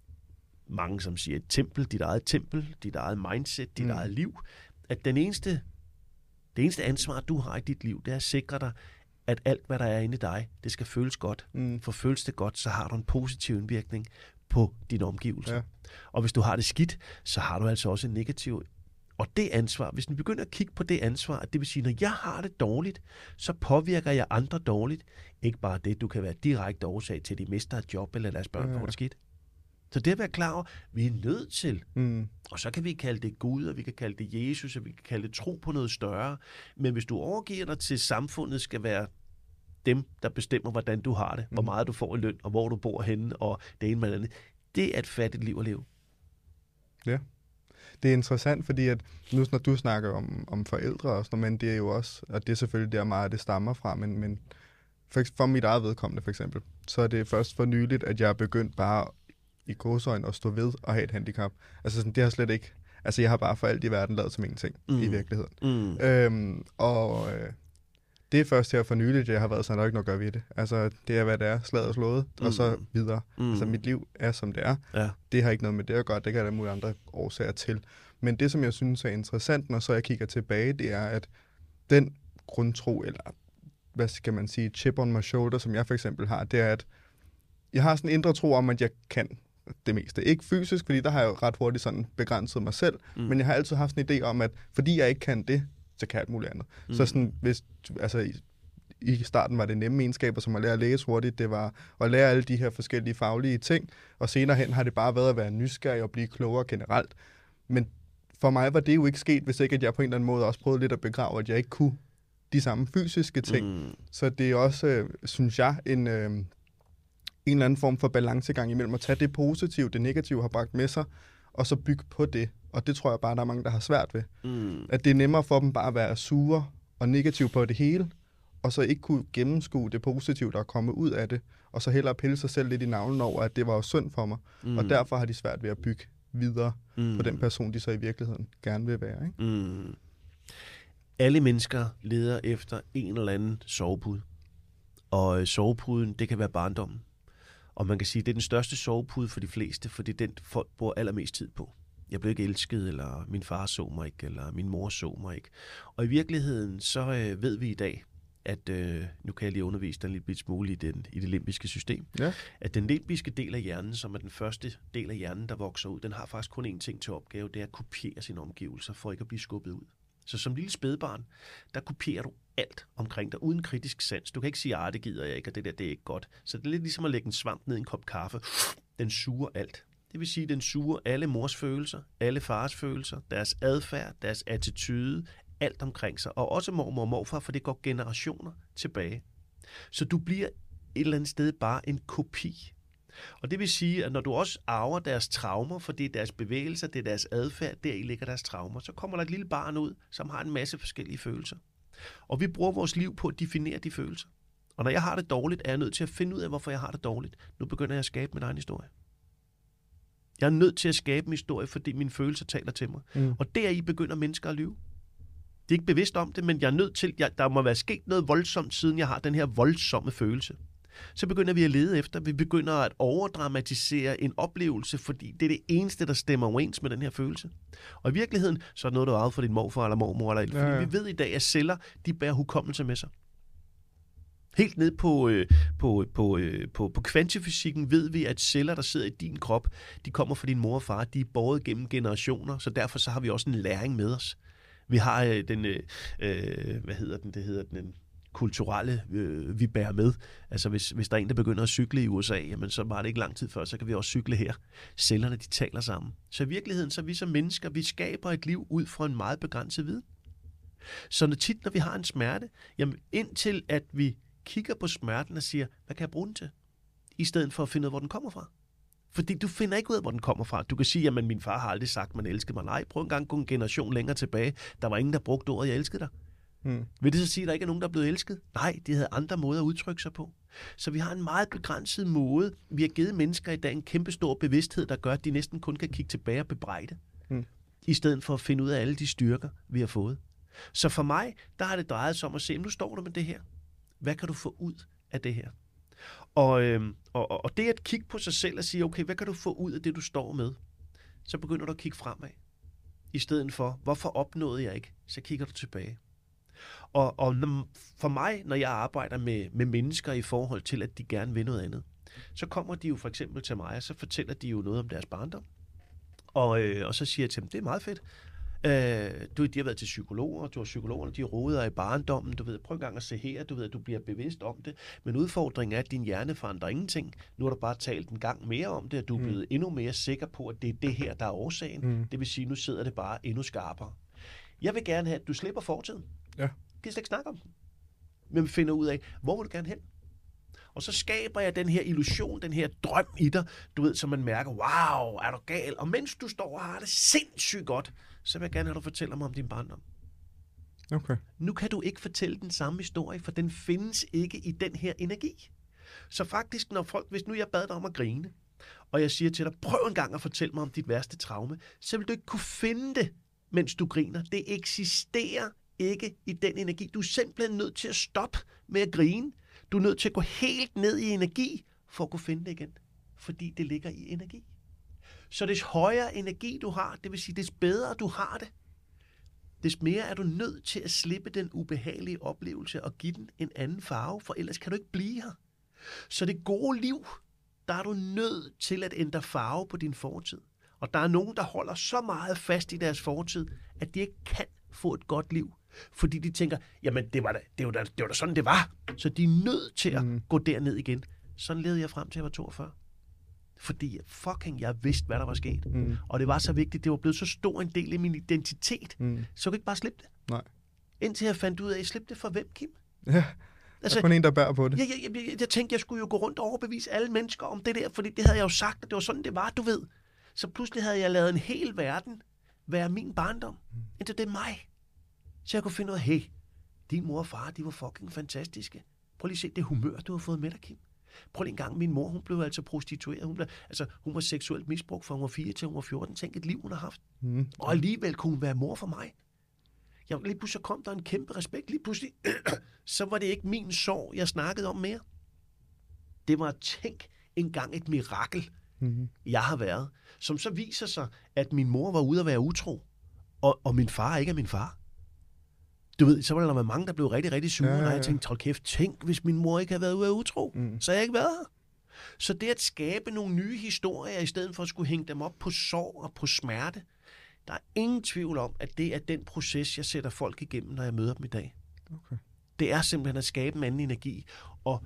mange som siger, et tempel, dit eget tempel, dit eget mindset, dit mm. eget liv. At den eneste, det eneste ansvar, du har i dit liv, det er at sikre dig, at alt, hvad der er inde i dig, det skal føles godt. Mm. For føles det godt, så har du en positiv indvirkning på dine omgivelser. Ja. Og hvis du har det skidt, så har du altså også en negativ. Og det ansvar, hvis du begynder at kigge på det ansvar, det vil sige, når jeg har det dårligt, så påvirker jeg andre dårligt. Ikke bare det, du kan være direkte årsag til, at de mister et job, eller deres børn får det skidt. Så det at være klar over, vi er nødt til, mm. og så kan vi kalde det Gud, og vi kan kalde det Jesus, og vi kan kalde det tro på noget større. Men hvis du overgiver dig til, samfundet skal være dem, der bestemmer, hvordan du har det, mm. hvor meget du får i løn, og hvor du bor henne, og det ene med det andet, det er et fattigt liv at leve.
Ja. Det er interessant, fordi at nu når du snakker om, om forældre også, men det er jo også, og det er selvfølgelig der meget, det stammer fra, men, men for, for mit eget vedkommende for eksempel, så er det først for nyligt, at jeg er begyndt bare i gåseøjne at stå ved og have et handicap. Altså sådan, det har slet ikke, altså jeg har bare for alt i verden lavet som ingenting mm. i virkeligheden. Mm. Øhm, og øh, det er først her for nyligt, jeg har været sådan, der er ikke noget at gøre ved det. Altså det er, hvad det er, slaget og slået, mm. og så videre. Mm. Altså mit liv er, som det er. Ja. Det har ikke noget med det at gøre, det kan der mulige andre årsager til. Men det, som jeg synes er interessant, når så jeg kigger tilbage, det er, at den grundtro, eller hvad skal man sige, chip on my shoulder, som jeg for eksempel har, det er, at jeg har sådan en indre tro om, at jeg kan. det meste. Ikke fysisk, fordi der har jeg jo ret hurtigt sådan begrænset mig selv, mm. men jeg har altid haft en idé om, at fordi jeg ikke kan det, så kan jeg alt muligt andet. Mm. Så sådan, hvis, altså, i, i starten var det nemme egenskaber, som at lære at læse hurtigt, det var at lære alle de her forskellige faglige ting, og senere hen har det bare været at være nysgerrig og blive klogere generelt. Men for mig var det jo ikke sket, hvis ikke at jeg på en eller anden måde også prøvede lidt at begrave, at jeg ikke kunne de samme fysiske ting. Mm. Så det er også, øh, synes jeg, en, øh, en eller anden form for balancegang imellem at tage det positive, det negative har bragt med sig, og så bygge på det. Og det tror jeg bare, der er mange, der har svært ved. Mm. At det er nemmere for dem bare at være sure og negative på det hele, og så ikke kunne gennemskue det positive, der er kommet ud af det, og så hellere pille sig selv lidt i navlen over, at det var jo synd for mig. Mm. Og derfor har de svært ved at bygge videre mm. på den person, de så i virkeligheden gerne vil være. Ikke?
Mm. Alle mennesker leder efter en eller anden sovepude. Og sovepuden, det kan være barndommen. Og man kan sige, at det er den største sovepude for de fleste, for det er den, folk bruger allermest tid på. Jeg blev ikke elsket, eller min far så mig ikke, eller min mor så mig ikke. Og i virkeligheden, så øh, ved vi i dag, at, øh, nu kan jeg lige undervise dig en lille smule i, den, i det limbiske system, ja. At den limbiske del af hjernen, som er den første del af hjernen, der vokser ud, den har faktisk kun én ting til opgave, det er at kopiere sine omgivelser, for ikke at blive skubbet ud. Så som lille spædbarn, der kopierer du alt omkring dig, uden kritisk sans. Du kan ikke sige, at det gider jeg ikke, og det der, det er ikke godt. Så det er lidt ligesom at lægge en svamp ned i en kop kaffe. Den suger alt. Det vil sige, at den suger alle mors følelser, alle fars følelser, deres adfærd, deres attitude, alt omkring sig. Og også mormor og morfar, for det går generationer tilbage. Så du bliver et eller andet sted bare en kopi. Og det vil sige, at når du også arver deres traumer, for det er deres bevægelser, det er deres adfærd, deri ligger deres traumer, så kommer der et lille barn ud, som har en masse forskellige følelser. Og vi bruger vores liv på at definere de følelser. Og når jeg har det dårligt, er jeg nødt til at finde ud af, hvorfor jeg har det dårligt. Nu begynder jeg at skabe min egen historie. Jeg er nødt til at skabe en historie, fordi mine følelser taler til mig. Mm. Og deri begynder mennesker at lyve. De er ikke bevidst om det, men jeg er nødt til, jeg, der må være sket noget voldsomt, siden jeg har den her voldsomme følelse. Så begynder vi at lede efter, vi begynder at overdramatisere en oplevelse, fordi det er det eneste, der stemmer overens med den her følelse. Og i virkeligheden, så er det noget, du har arvet fra din morfar eller mormor, eller fordi ja, ja. Vi ved i dag, at celler, de bærer hukommelse med sig. Helt ned på, øh, på, på, øh, på, på kvantifysikken ved vi, at celler, der sidder i din krop, de kommer fra din mor og far, de er båret gennem generationer, så derfor så har vi også en læring med os. Vi har øh, den, øh, hvad hedder den, det hedder den, kulturelle, øh, vi bærer med. Altså hvis, hvis der er en, der begynder at cykle i U S A, jamen så var det ikke lang tid før, så kan vi også cykle her. Cellerne, de taler sammen. Så i virkeligheden, så er vi som mennesker, vi skaber et liv ud fra en meget begrænset viden. Så når tit, når vi har en smerte, jamen indtil at vi kigger på smerten og siger, hvad kan jeg bruge den til? I stedet for at finde ud af, hvor den kommer fra. Fordi du finder ikke ud af, hvor den kommer fra. Du kan sige, at min far har aldrig sagt, at man elskede mig. Nej, prøv en gang at gå en generation længere tilbage. Der var ingen, der brugte ordet, jeg elskede dig. Hmm. Vil det så sige, at der ikke er nogen, der er blevet elsket? Nej, de havde andre måder at udtrykke sig på. Så vi har en meget begrænset måde. Vi har givet mennesker i dag en kæmpe stor bevidsthed, der gør, at de næsten kun kan kigge tilbage og bebrejde. Hmm. I stedet for at finde ud af alle de styrker, vi har fået. Så for mig, der har det drejet sig om at se, nu står du med det her. Hvad kan du få ud af det her? Og, øhm, og, og det at kigge på sig selv og sige, okay, hvad kan du få ud af det, du står med? Så begynder du at kigge fremad. I stedet for, hvorfor opnåede jeg ikke? Så kigger du tilbage. Og, og når, for mig, når jeg arbejder med, med mennesker i forhold til, at de gerne vil noget andet, så kommer de jo for eksempel til mig, og så fortæller de jo noget om deres barndom. Og, øh, og så siger jeg til dem, det er meget fedt. Øh, du, de har været til psykologer, du har psykologerne, de roder i barndommen, du ved, prøv en gang at se her, du ved, at du bliver bevidst om det, men udfordringen er, at din hjerne forandrer ingenting. Nu har du bare talt en gang mere om det, og du er blevet mm. endnu mere sikker på, at det er det her, der er årsagen. Mm. Det vil sige, nu sidder det bare endnu skarpere. Jeg vil gerne have, at du slipper fortiden. Ja. Kan I slet ikke snakke om den? Men vi finder ud af, hvor vil du gerne hen? Og så skaber jeg den her illusion, den her drøm i dig, du ved, så man mærker, wow, er du gal? Og mens du står og har det sindssygt godt, så vil jeg gerne have, at du fortæller mig om din barndom.
Okay.
Nu kan du ikke fortælle den samme historie, for den findes ikke i den her energi. Så faktisk, når folk, hvis nu jeg bad dig om at grine, og jeg siger til dig, prøv en gang at fortælle mig om dit værste traume, så vil du ikke kunne finde det, mens du griner. Det eksisterer ikke i den energi. Du er simpelthen nødt til at stoppe med at grine. Du er nødt til at gå helt ned i energi, for at kunne finde det igen. Fordi det ligger i energi. Så des højere energi du har, det vil sige, des bedre du har det, des mere er du nødt til at slippe den ubehagelige oplevelse og give den en anden farve, for ellers kan du ikke blive her. Så det gode liv, der er du nødt til at ændre farve på din fortid. Og der er nogen, der holder så meget fast i deres fortid, at de ikke kan få et godt liv. Fordi de tænker, jamen det var da, det var da, det var da sådan, det var. Så de er nødt til at mm. gå derned igen. Sådan levede jeg frem til, jeg var toogfyrre. Fordi fucking jeg vidste, hvad der var sket. Mm. Og det var så vigtigt, det var blevet så stor en del af min identitet. Mm. Så jeg kunne ikke bare slippe det.
Nej.
Indtil jeg fandt ud af, at slippe det for hvem, Kim?
Ja, altså, der er kun en, der bærer på det.
Jeg, jeg, jeg, jeg, jeg tænkte, jeg skulle jo gå rundt og overbevise alle mennesker om det der, fordi det havde jeg jo sagt, at det var sådan, det var, du ved. Så pludselig havde jeg lavet en hel verden være min barndom. Mm. Indtil det er mig. Så jeg kunne finde ud af, hey, din mor og far, de var fucking fantastiske. Prøv lige at se det humør, du har fået med dig, Kim. Prøv lige en gang, min mor, hun blev altså prostitueret. Hun, blev, altså, hun var seksuelt misbrugt fra hun var fire til hun var fjorten. Tænk et liv, hun har haft. Mm. Og alligevel kunne hun være mor for mig. Jeg, lige pludselig kom der en kæmpe respekt. Lige pludselig, så var det ikke min sorg, jeg snakkede om mere. Det var, tænk engang et mirakel, mm. jeg har været. Som så viser sig, at min mor var ude at være utro. Og, og min far ikke er min far. Du ved, så var der mange, der blev rigtig, rigtig sure, ja, ja, ja. Og jeg tænkte, hold kæft, tænk, hvis min mor ikke havde været ude af utro, mm. så havde jeg ikke været her. Så det at skabe nogle nye historier, i stedet for at skulle hænge dem op på sorg og på smerte, der er ingen tvivl om, at det er den proces, jeg sætter folk igennem, når jeg møder dem i dag. Okay. Det er simpelthen at skabe en anden energi, og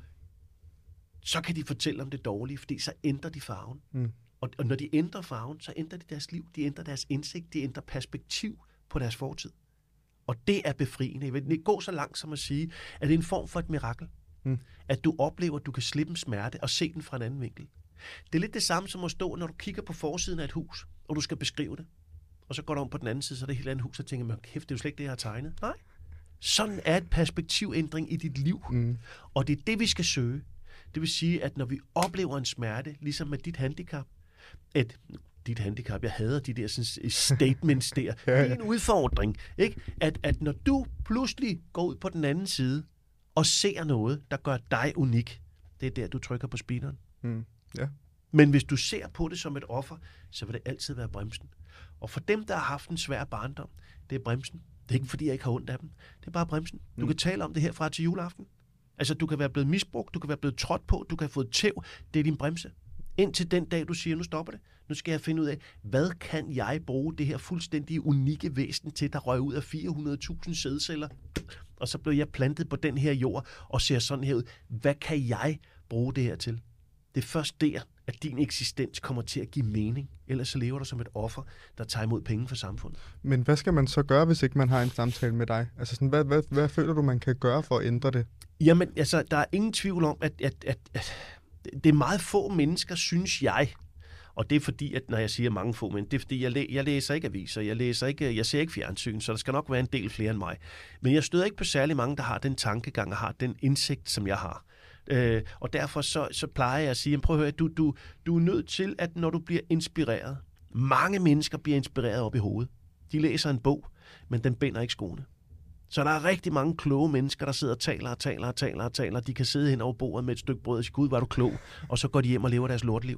så kan de fortælle om det dårlige, fordi så ændrer de farven. Mm. Og, og når de ændrer farven, så ændrer de deres liv, de ændrer deres indsigt, de ændrer perspektiv på deres fortid. Og det er befriende. Jeg vil gå så langt som at sige, at det er en form for et mirakel. Mm. At du oplever, at du kan slippe en smerte og se den fra en anden vinkel. Det er lidt det samme som at stå, når du kigger på forsiden af et hus, og du skal beskrive det. Og så går du om på den anden side, så er det et helt andet hus, og tænker man, kæft, det er jo slet ikke det, jeg har tegnet. Nej. Sådan er et perspektivændring i dit liv. Mm. Og det er det, vi skal søge. Det vil sige, at når vi oplever en smerte, ligesom med dit handicap, et dit handicap, jeg hader de der sådan, statements der. Det er en udfordring, ikke? At, at når du pludselig går ud på den anden side og ser noget, der gør dig unik, det er der, du trykker på speederen. Mm. Ja. Men hvis du ser på det som et offer, så vil det altid være bremsen. Og for dem, der har haft en svær barndom, det er bremsen. Det er ikke, fordi jeg ikke har ondt af dem. Det er bare bremsen. Du mm. kan tale om det her fra til juleaften. Altså, du kan være blevet misbrugt, du kan være blevet trådt på, du kan have fået tæv. Det er din bremse. Indtil den dag, du siger, nu stopper det. Nu skal jeg finde ud af, hvad kan jeg bruge det her fuldstændig unikke væsen til, der røg ud af fire hundrede tusind sædceller, og så blev jeg plantet på den her jord, og ser sådan her ud. Hvad kan jeg bruge det her til? Det er først der, at din eksistens kommer til at give mening. Ellers så lever du som et offer, der tager imod penge for samfundet. Men hvad skal man så gøre, hvis ikke man har en samtale med dig? Altså sådan, hvad, hvad, hvad føler du, man kan gøre for at ændre det? Jamen, altså, der er ingen tvivl om, at, at, at, at det er meget få mennesker, synes jeg. Og det er fordi, at når jeg siger mange få mennesker, det er fordi, jeg, læ- jeg læser ikke aviser, jeg, læser ikke, jeg ser ikke fjernsyn, så der skal nok være en del flere end mig. Men jeg støder ikke på særlig mange, der har den tankegang og har den indsigt, som jeg har. Øh, og derfor så, så plejer jeg at sige, prøv at høre, du, du, du er nødt til, at når du bliver inspireret, mange mennesker bliver inspireret op i hovedet. De læser en bog, men den binder ikke skoene. Så der er rigtig mange kloge mennesker, der sidder og taler og taler og taler og taler. De kan sidde hen over bordet med et stykke brød og sige, gud, var du klog, og så går de hjem og lever deres lortliv.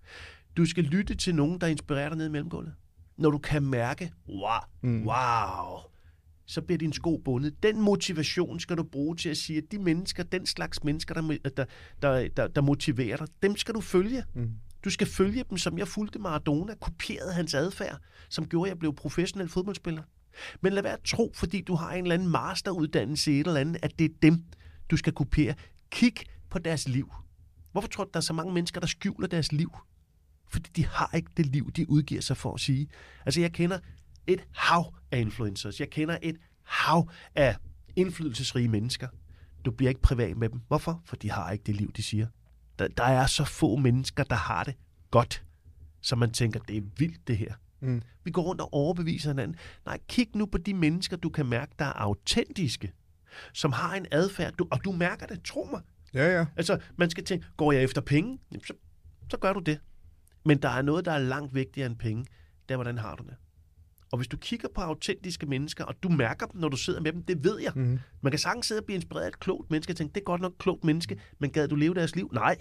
Du skal lytte til nogen, der inspirerer dig ned i mellemgulvet. Når du kan mærke, wow, mm. wow, så bliver din sko bundet. Den motivation skal du bruge til at sige, at de mennesker, den slags mennesker, der, der, der, der, der motiverer dig, dem skal du følge. Mm. Du skal følge dem, som jeg fulgte Maradona, kopierede hans adfærd, som gjorde, at jeg blev professionel fodboldspiller. Men lad være at tro, fordi du har en eller anden masteruddannelse i et eller andet, at det er dem, du skal kopiere. Kig på deres liv. Hvorfor tror du, der er så mange mennesker, der skjuler deres liv? Fordi de har ikke det liv, de udgiver sig for at sige. Altså, jeg kender et hav af influencers. Jeg kender et hav af indflydelsesrige mennesker. Du bliver ikke privat med dem. Hvorfor? For de har ikke det liv, de siger. Der, der er så få mennesker, der har det godt, så man tænker, det er vildt det her. Mm. Vi går rundt og overbeviser hinanden. Nej, kig nu på de mennesker, du kan mærke, der er autentiske, som har en adfærd, du, og du mærker det, tro mig. Ja, ja. Altså, man skal tænke, går jeg efter penge? Jamen, så, så gør du det. Men der er noget, der er langt vigtigere end penge. Det er, hvordan har du det? Og hvis du kigger på autentiske mennesker, og du mærker dem, når du sidder med dem, det ved jeg. Mm. Man kan sagtens sidde og blive inspireret af et klogt menneske og tænke, det er godt nok et klogt menneske, men gad du leve deres liv? Nej.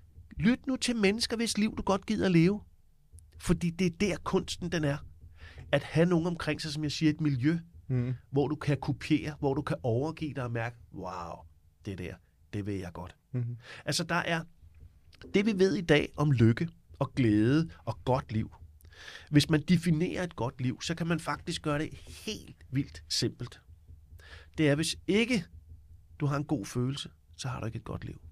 Lyt nu til mennesker, hvis liv du godt gider at leve. Fordi det er der kunsten den er. At have nogen omkring sig, som jeg siger, et miljø, mm. hvor du kan kopiere, hvor du kan overgive dig og mærke, wow, det der, det vil jeg godt. Mm. Altså der er Det vi ved i dag om lykke og glæde og godt liv, hvis man definerer et godt liv, så kan man faktisk gøre det helt vildt simpelt. Det er, hvis ikke du har en god følelse, så har du ikke et godt liv.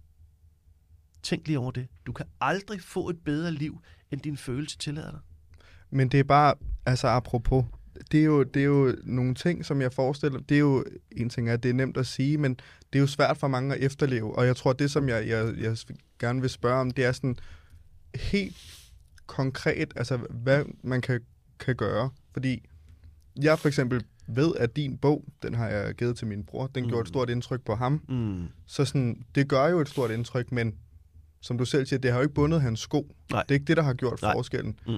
Tænk lige over det. Du kan aldrig få et bedre liv, end din følelse tillader dig.
Men det er bare, altså apropos, det er, jo, det er jo nogle ting, som jeg forestiller, det er jo, en ting er, at det er nemt at sige, men det er jo svært for mange at efterleve, og jeg tror, det som jeg, jeg, jeg gerne vil spørge om, det er sådan helt konkret, altså hvad man kan, kan gøre, fordi jeg for eksempel ved, at din bog, den har jeg givet til min bror, den mm. gjorde et stort indtryk på ham,
Mm.
så sådan, det gør jo et stort indtryk, men som du selv siger, det har jo ikke bundet hans sko.
Nej.
Det er ikke det, der har gjort
Nej.
forskellen.
Mm.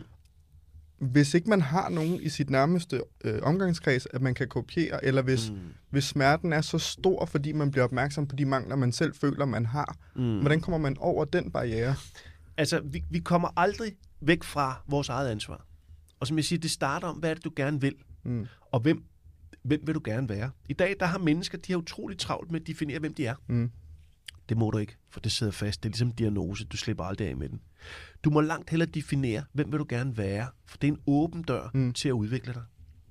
Hvis ikke man har nogen i sit nærmeste øh, omgangskreds, at man kan kopiere, eller hvis, mm. hvis smerten er så stor, fordi man bliver opmærksom på de mangler, man selv føler, man har, mm. hvordan kommer man over den barriere?
Altså, vi, vi kommer aldrig væk fra vores eget ansvar. Og som jeg siger, det starter om, hvad er det, du gerne vil,
Mm.
og hvem, hvem vil du gerne være. I dag, der har mennesker, de har utroligt travlt med at definere, hvem de er.
Mm.
Det må du ikke, for det sidder fast. Det er ligesom en diagnose. Du slipper aldrig af med den. Du må langt hellere definere, hvem vil du gerne være, for det er en åben dør mm. til at udvikle dig.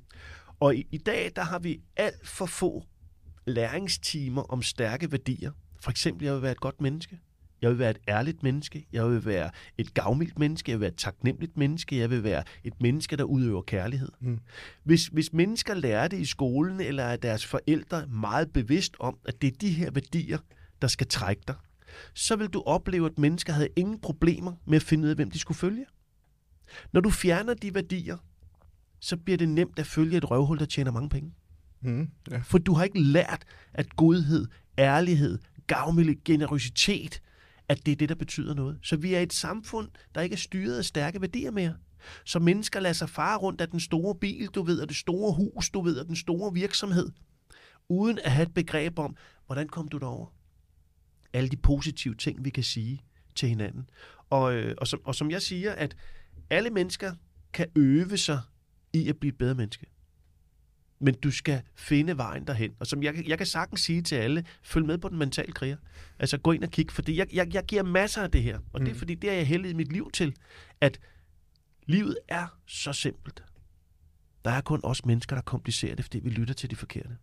Og i, i dag, der har vi alt for få læringstimer om stærke værdier. For eksempel, jeg vil være et godt menneske. Jeg vil være et ærligt menneske. Jeg vil være et gavmildt menneske. Jeg vil være et taknemmeligt menneske. Jeg vil være et menneske, der udøver kærlighed. Mm. Hvis, hvis mennesker lærer det i skolen, eller er deres forældre meget bevidst om, at det er de her værdier, der skal trække dig, så vil du opleve, at mennesker havde ingen problemer med at finde ud af, hvem de skulle følge. Når du fjerner de værdier, så bliver det nemt at følge et røvhul, der tjener mange penge.
Mm, ja.
For du har ikke lært, at godhed, ærlighed, gavmild generøsitet, at det er det, der betyder noget. Så vi er et samfund, der ikke er styret af stærke værdier mere. Så mennesker lader sig fare rundt af den store bil, du ved, og det store hus, du ved, og den store virksomhed, uden at have et begreb om, hvordan kom du derover? Alle de positive ting, vi kan sige til hinanden. Og, øh, og, som, og som jeg siger, at alle mennesker kan øve sig i at blive et bedre menneske. Men du skal finde vejen derhen. Og som jeg, jeg kan sagtens sige til alle, følg med på den mentale kriger. Altså gå ind og kig, fordi jeg, jeg, jeg giver masser af det her. Og mm. det er fordi, det er jeg heldig i mit liv til, at livet er så simpelt. Der er kun os mennesker, der komplicerer det, fordi vi lytter til de forkerte.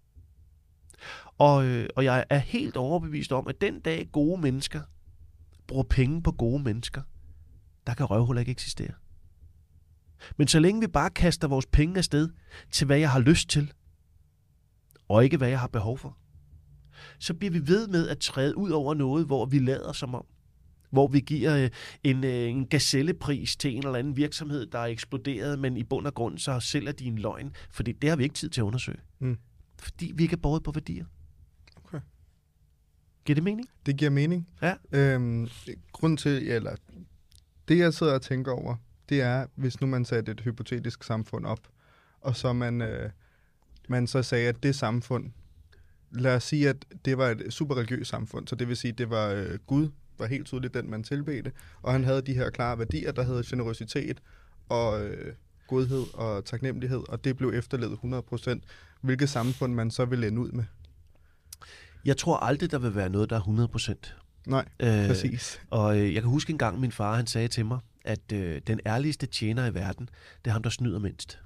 Og, øh, og jeg er helt overbevist om, at den dag gode mennesker bruger penge på gode mennesker, der kan røvhuller ikke eksistere. Men så længe vi bare kaster vores penge afsted til, hvad jeg har lyst til, og ikke hvad jeg har behov for, så bliver vi ved med at træde ud over noget, hvor vi lader som om. Hvor vi giver en, en gazellepris til en eller anden virksomhed, der er eksploderet, men i bund og grund så sælger de en løgn, fordi det har vi ikke tid til at undersøge. Mm. Fordi vi ikke er båret på værdier.
Okay.
Giver det mening?
Det giver mening.
Ja.
Øhm, grund til, eller det jeg sidder og tænker over, det er, hvis nu man satte et hypotetisk samfund op, og så man, øh, man så sagde, at det samfund, lad os sige, at det var et super religiøst samfund, så det vil sige, at det var øh, Gud, var helt tydeligt den, man tilbedte, og han havde de her klare værdier, der hedder generøsitet og øh, godhed og taknemmelighed, og det blev efterlevet hundrede procent. Hvilket samfund man så vil ende ud med?
Jeg tror aldrig, der vil være noget, der er hundrede procent.
Nej, øh, præcis.
Og øh, jeg kan huske en gang, min far han sagde til mig, at øh, den ærligste tjener i verden, det er ham, der snyder mindst.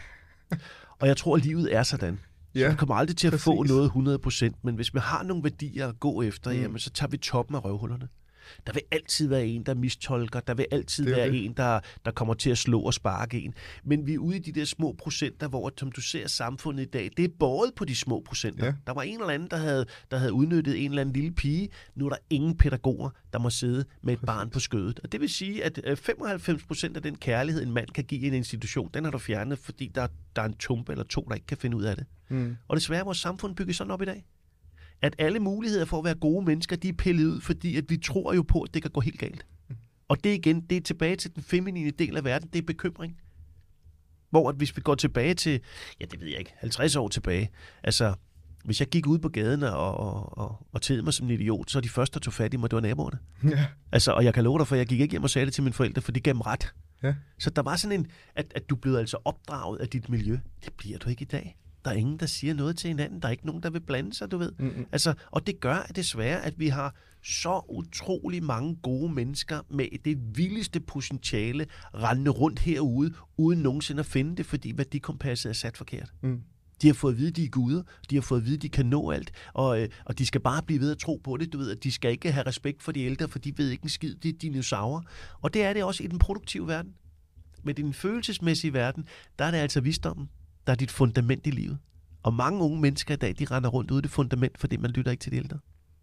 Og jeg tror, at livet er sådan. Så ja, vi kommer aldrig til at præcis. få noget hundrede procent, men hvis vi har nogle værdier at gå efter, mm. jamen, så tager vi toppen af røvhullerne. Der vil altid være en, der mistolker. Der vil altid være det. en, der, der kommer til at slå og sparke en. Men vi er ude i de der små procenter, hvor, som du ser samfundet i dag, det er båret på de små procenter. Ja. Der var en eller anden, der havde, der havde udnyttet en eller anden lille pige. Nu er der ingen pædagoger, der må sidde med et Præcis. barn på skødet. Og det vil sige, at femoghalvfems procent af den kærlighed, en mand kan give i en institution, den har du fjernet, fordi der, der er en tumpe eller to, der ikke kan finde ud af det. Mm. Og desværre er vores samfund bygget sådan op i dag. At alle muligheder for at være gode mennesker, de er pillet ud, fordi at vi tror jo på, at det kan gå helt galt. Og det igen, det er tilbage til den feminine del af verden, det er bekymring. Hvor at hvis vi går tilbage til, ja det ved jeg ikke, halvtreds år tilbage, altså hvis jeg gik ud på gaden og, og, og, og tedede mig som en idiot, så de første, der tog fat i mig, det var naboerne. Ja. Altså, og jeg kan love dig, for jeg gik ikke hjem og sagde det til mine forældre, for de gav dem ret. Ja. Så der var sådan en, at, at du blev altså opdraget af dit miljø. Det bliver du ikke i dag. Der er ingen, der siger noget til hinanden. Der er ikke nogen, der vil blande sig, du ved. Mm-hmm. Altså, og det gør at desværre, at vi har så utrolig mange gode mennesker med det vildeste potentiale rendende rundt herude, uden nogensinde at finde det, fordi værdikompasset er sat forkert. Mm. De har fået at vide, at de er guder. De har fået at vide, at de kan nå alt. Og, øh, og de skal bare blive ved at tro på det. Du ved, at de skal ikke have respekt for de ældre, for de ved ikke en skid. De er dinosaurer. Og det er det også i den produktive verden. Men i den følelsesmæssige verden, der er det altså visdommen. Der er dit fundament i livet. Og mange unge mennesker i dag, de render rundt ude det fundament, fordi man lytter ikke til de ældre.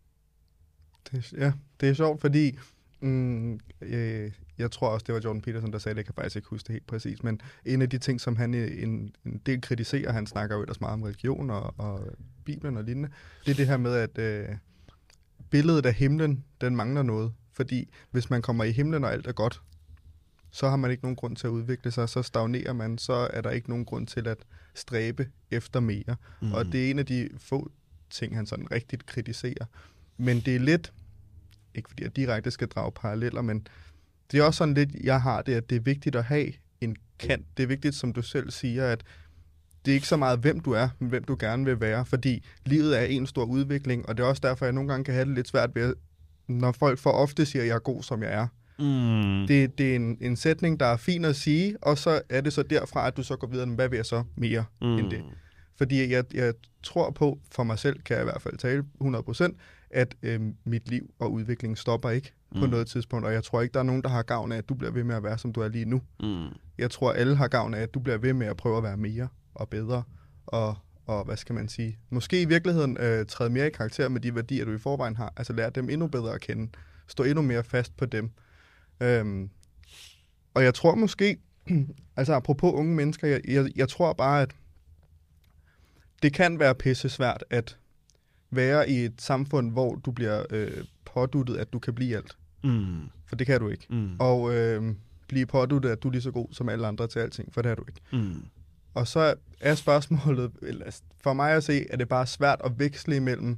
Det, ja, det er sjovt, fordi mm, øh, jeg tror også, det var Jordan Peterson, der sagde det. Jeg kan faktisk ikke huske det helt præcis. Men en af de ting, som han en, en del kritiserer, han snakker jo ellers meget om religion og, og Bibelen og lignende, det er det her med, at øh, billedet af himlen, den mangler noget. Fordi hvis man kommer i himlen, og alt er godt, så har man ikke nogen grund til at udvikle sig, så stagnerer man, så er der ikke nogen grund til at stræbe efter mere. Mm. Og det er en af de få ting, han sådan rigtigt kritiserer. Men det er lidt, ikke fordi jeg direkte skal drage paralleller, men det er også sådan lidt, jeg har det, at det er vigtigt at have en kant. Det er vigtigt, som du selv siger, at det er ikke så meget, hvem du er, men hvem du gerne vil være, fordi livet er en stor udvikling, og det er også derfor, jeg nogle gange kan have det lidt svært ved, når folk for ofte siger, at jeg er god, som jeg er. Mm. Det, det er en, en sætning, der er fin at sige, og så er det så derfra, at du så går videre, hvad vil jeg så mere mm. end det? Fordi jeg, jeg tror på, for mig selv kan jeg i hvert fald tale hundrede procent, at øh, mit liv og udvikling stopper ikke mm. på noget tidspunkt, og jeg tror ikke, der er nogen, der har gavn af, at du bliver ved med at være, som du er lige nu. Mm. Jeg tror, alle har gavn af, at du bliver ved med at prøve at være mere og bedre, og, og hvad skal man sige, måske i virkeligheden øh, træde mere i karakter med de værdier, du i forvejen har, altså lære dem endnu bedre at kende, stå endnu mere fast på dem. Øhm, og jeg tror måske, altså apropos unge mennesker, jeg, jeg, jeg tror bare, at det kan være pisse svært at være i et samfund, hvor du bliver øh, påduttet, at du kan blive alt. Mm. For det kan du ikke. Mm. Og øh, blive påduttet, at du er lige så god som alle andre til alting, for det er du ikke. Mm. Og så er spørgsmålet, for mig at se, at det bare svært at veksle imellem,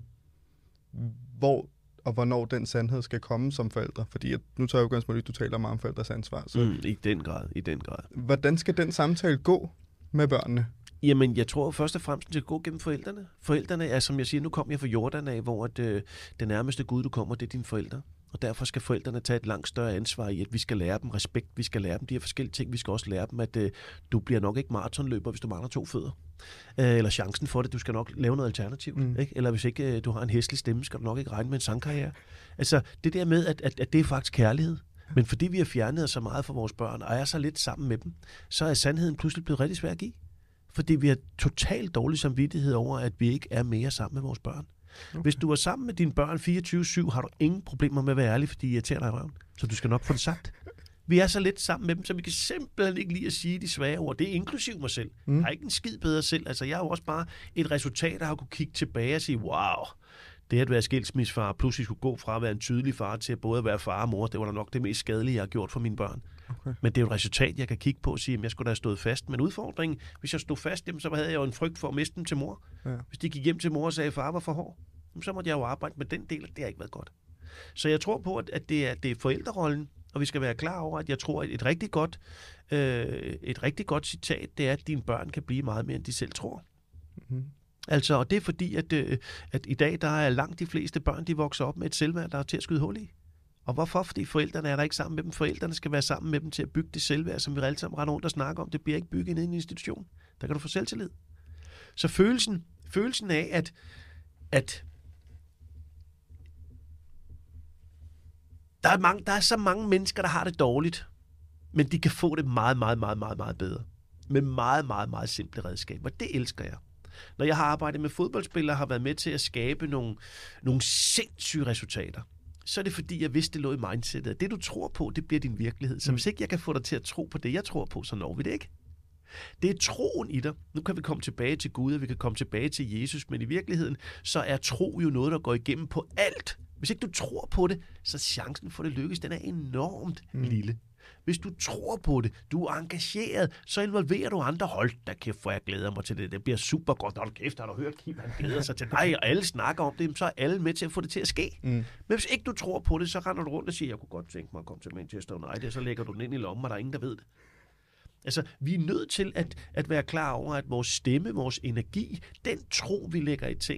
hvor og hvornår den sandhed skal komme som forældre. Fordi nu tager jeg jo ganske meget, du taler meget om forældres ansvar. Så
mm, I den grad, i den grad.
Hvordan skal den samtale gå med børnene?
Jamen, jeg tror først og fremmest, at det skal gå gennem forældrene. Forældrene er, som jeg siger, nu kom jeg fra Jordan af, hvor at, øh, det nærmeste Gud, du kommer, det er dine forældre. Og derfor skal forældrene tage et langt større ansvar i, at vi skal lære dem respekt, vi skal lære dem de her forskellige ting, vi skal også lære dem, at øh, du bliver nok ikke maratonløber, hvis du mangler to fødder. Øh, eller chancen for det, du skal nok lave noget alternativt. Mm. Ikke? Eller hvis ikke øh, du har en hæslig stemme, skal du nok ikke regne med en sangkarriere. Altså, det der med, at, at, at det er faktisk kærlighed. Men fordi vi har fjernet os så meget fra vores børn, og er så lidt sammen med dem, så er sandheden pludselig blevet rigtig svær at give. Fordi vi har totalt dårlig samvittighed over, at vi ikke er mere sammen med vores børn. Okay. Hvis du er sammen med dine børn fireogtyve syv, har du ingen problemer med at være ærlig, fordi I irriterer dig i røven. Så du skal nok få det sagt. Vi er så lidt sammen med dem, så vi kan simpelthen ikke lide at sige de svære ord. Det er inklusiv mig selv. Mm. Jeg har ikke en skid bedre selv. Altså, jeg er jo også bare et resultat, der har kunne kigge tilbage og sige, wow, det at være skilsmissefar, pludselig skulle gå fra at være en tydelig far til at både at være far og mor, det var da nok det mest skadelige, jeg har gjort for mine børn. Okay. Men det er jo et resultat, jeg kan kigge på og sige, at jeg skulle da have stået fast. Men udfordringen, hvis jeg stod fast, jamen, så havde jeg jo en frygt for at miste dem til mor. Ja. Hvis de gik hjem til mor og sagde, at far var for hård, så måtte jeg jo arbejde med den del, og det har ikke været godt. Så jeg tror på, at det er, det er forældrerollen, og vi skal være klar over, at jeg tror, at et rigtig godt, øh, et rigtig godt citat, det er, at dine børn kan blive meget mere, end de selv tror. Mm-hmm. Altså, og det er fordi, at, øh, at i dag, der er langt de fleste børn, de vokser op med et selvværd, der er til at skyde hul i. Og hvorfor? Fordi forældrene er der ikke sammen med dem. Forældrene skal være sammen med dem til at bygge det selvværd, som vi alle sammen render rundt og snakker om. Det bliver ikke bygget ned i en institution. Der kan du få selvtillid. Så følelsen, følelsen af, at, at der, er mange, der er så mange mennesker, der har det dårligt, men de kan få det meget, meget, meget, meget, meget bedre. Med meget, meget, meget simple redskaber. Det elsker jeg. Når jeg har arbejdet med fodboldspillere, har været med til at skabe nogle, nogle sindssyge resultater, så er det fordi, jeg vidste, det lå i mindsetet. Det, du tror på, det bliver din virkelighed. Så hvis ikke jeg kan få dig til at tro på det, jeg tror på, så når vi det ikke. Det er troen i dig. Nu kan vi komme tilbage til Gud, og vi kan komme tilbage til Jesus, men i virkeligheden, så er tro jo noget, der går igennem på alt. Hvis ikke du tror på det, så chancen for det lykkes, den er enormt mm. lille. Hvis du tror på det, du er engageret, så involverer du andre. Hold da kæft, for jeg glæder mig til det. Det bliver super godt. Når du kæft, har du hørt Kim, han glæder sig til dig, og alle snakker om det, så er alle med til at få det til at ske. Mm. Men hvis ikke du tror på det, så render du rundt og siger, jeg kunne godt tænke mig at komme til Manchester United, så lægger du den ind i lommen, og der er ingen, der ved det. Altså, vi er nødt til at, at være klar over, at vores stemme, vores energi, den tro, vi lægger i tingene,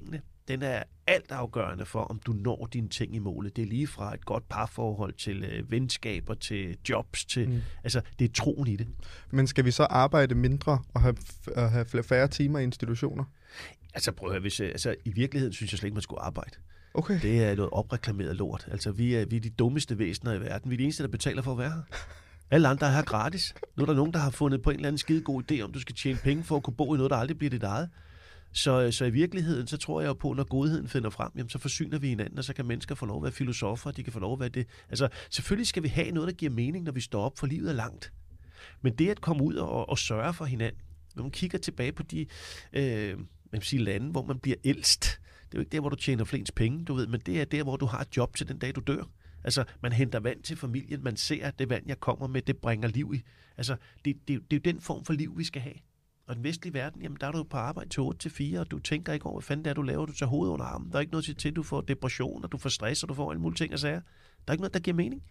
den er altafgørende for, om du når dine ting i målet. Det er lige fra et godt parforhold til øh, venskaber, til jobs, til, mm. altså det er troen i det.
Men skal vi så arbejde mindre og have, og have færre timer i institutioner?
Altså prøv at høre, hvis, altså, i virkeligheden synes jeg slet ikke, man skulle arbejde.
Okay.
Det er noget opreklameret lort. Altså vi er, vi er de dummeste væsener i verden. Vi er de eneste, der betaler for at være her. Alle andre er her gratis. Nu er der nogen, der har fundet på en eller anden skide god idé, om du skal tjene penge for at kunne bo i noget, der aldrig bliver dit eget. Så, så i virkeligheden, så tror jeg jo på, når godheden finder frem, jamen, så forsyner vi hinanden, og så kan mennesker få lov at være filosofer, de kan få lov at være det. Altså, selvfølgelig skal vi have noget, der giver mening, når vi står op, for livet er langt. Men det at komme ud og, og sørge for hinanden, når man kigger tilbage på de øh, man kan sige, lande, hvor man bliver ældst, det er jo ikke der, hvor du tjener flest penge, du ved, men det er der, hvor du har et job til den dag, du dør. Altså, man henter vand til familien, man ser, at det vand, jeg kommer med, det bringer liv i. Altså, det, det, det er jo den form for liv, vi skal have. Og den vestlige verden, jamen der er du jo på arbejde til otte til fire, og du tænker ikke over, hvad fanden det er, du laver. Du tager hovedet under armen. Der er ikke noget til, til du får depression, og du får stress, og du får alle mulige ting og sager. Der er ikke noget, der giver mening.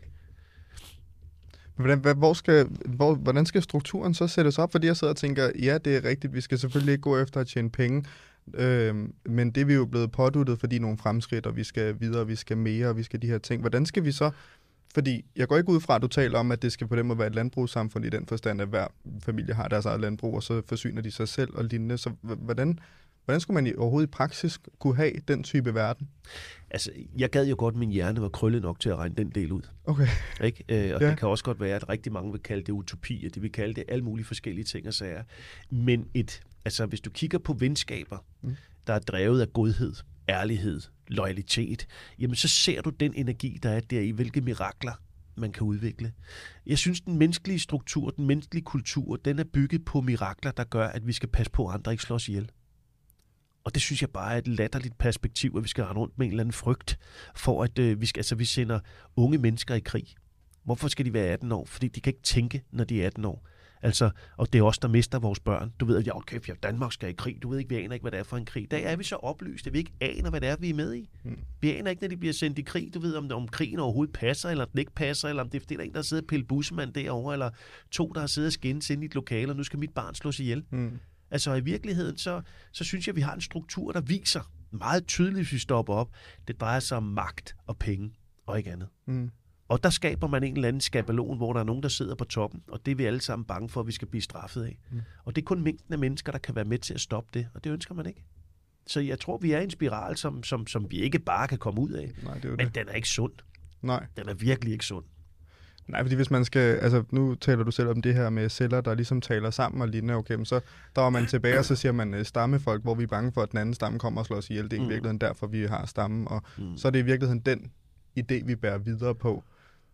Hvordan, hvor skal, hvor, hvordan skal strukturen så sættes op? Fordi jeg sidder og tænker, ja, det er rigtigt, vi skal selvfølgelig ikke gå efter at tjene penge, øh, men det er vi jo blevet påduttet, fordi nogle fremskridt, og vi skal videre, vi skal mere, og vi skal de her ting. Hvordan skal vi så... Fordi jeg går ikke ud fra, at du taler om, at det skal på den måde være et landbrugssamfund i den forstand, at hver familie har deres eget landbrug, og så forsyner de sig selv og lignende. Så hvordan, hvordan skulle man overhovedet i praksis kunne have den type verden?
Altså, jeg gad jo godt, at min hjerne var krøllet nok til at regne den del ud.
Okay.
Ikke? Øh, og
ja.
Det kan også godt være, at rigtig mange vil kalde det utopi, og de vil kalde det alle mulige forskellige ting og sager. Men et, altså, hvis du kigger på venskaber, mm. der er drevet af godhed, ærlighed, loyalitet, jamen så ser du den energi, der er der i, hvilke mirakler man kan udvikle. Jeg synes, den menneskelige struktur, den menneskelige kultur, den er bygget på mirakler, der gør, at vi skal passe på, at andre ikke slås ihjel. Og det synes jeg bare er et latterligt perspektiv, at vi skal rende rundt med en eller anden frygt, for at øh, vi, skal, altså, vi sender unge mennesker i krig. Hvorfor skal de være atten år? Fordi de kan ikke tænke, når de er atten år. Altså, og det er os, der mister vores børn. Du ved, at ja, okay, ja, Danmark skal i krig. Du ved ikke, vi aner ikke, hvad det er for en krig. Der er vi så oplyst, at vi ikke aner, hvad det er, vi er med i. Mm. Vi aner ikke, når de bliver sendt i krig. Du ved, om, om krigen overhovedet passer, eller den ikke passer, eller om det er, fordi der er en, der sidder og pille bussemand derovre, eller to, der har siddet og skændes inde i et lokale, og nu skal mit barn slås ihjel. Mm. Altså, i virkeligheden, så, så synes jeg, at vi har en struktur, der viser meget tydeligt, hvis vi stopper op. Det drejer sig om magt og penge, og ikke andet. Mm. Og der skaber man en eller anden skabelon, hvor der er nogen, der sidder på toppen, og det er vi alle sammen bange for, at vi skal blive straffet af. Mm. Og det er kun mængden af mennesker, der kan være med til at stoppe det, og det ønsker man ikke. Så jeg tror, vi er i en spiral, som, som, som vi ikke bare kan komme ud af.
Nej, det er jo
men
det.
Den er ikke sund.
Nej.
Den er virkelig ikke sund.
Nej, fordi hvis man skal, altså nu taler du selv om det her med celler, der ligesom taler sammen og lignende, okay, men så drager man tilbage, og så siger man uh, stammefolk, hvor vi er bange for, at den anden stamme kommer og slår os ihjel. Det er mm. i virkeligheden derfor, vi har stammen, og mm. så er det i virkeligheden den idé, vi bærer videre på.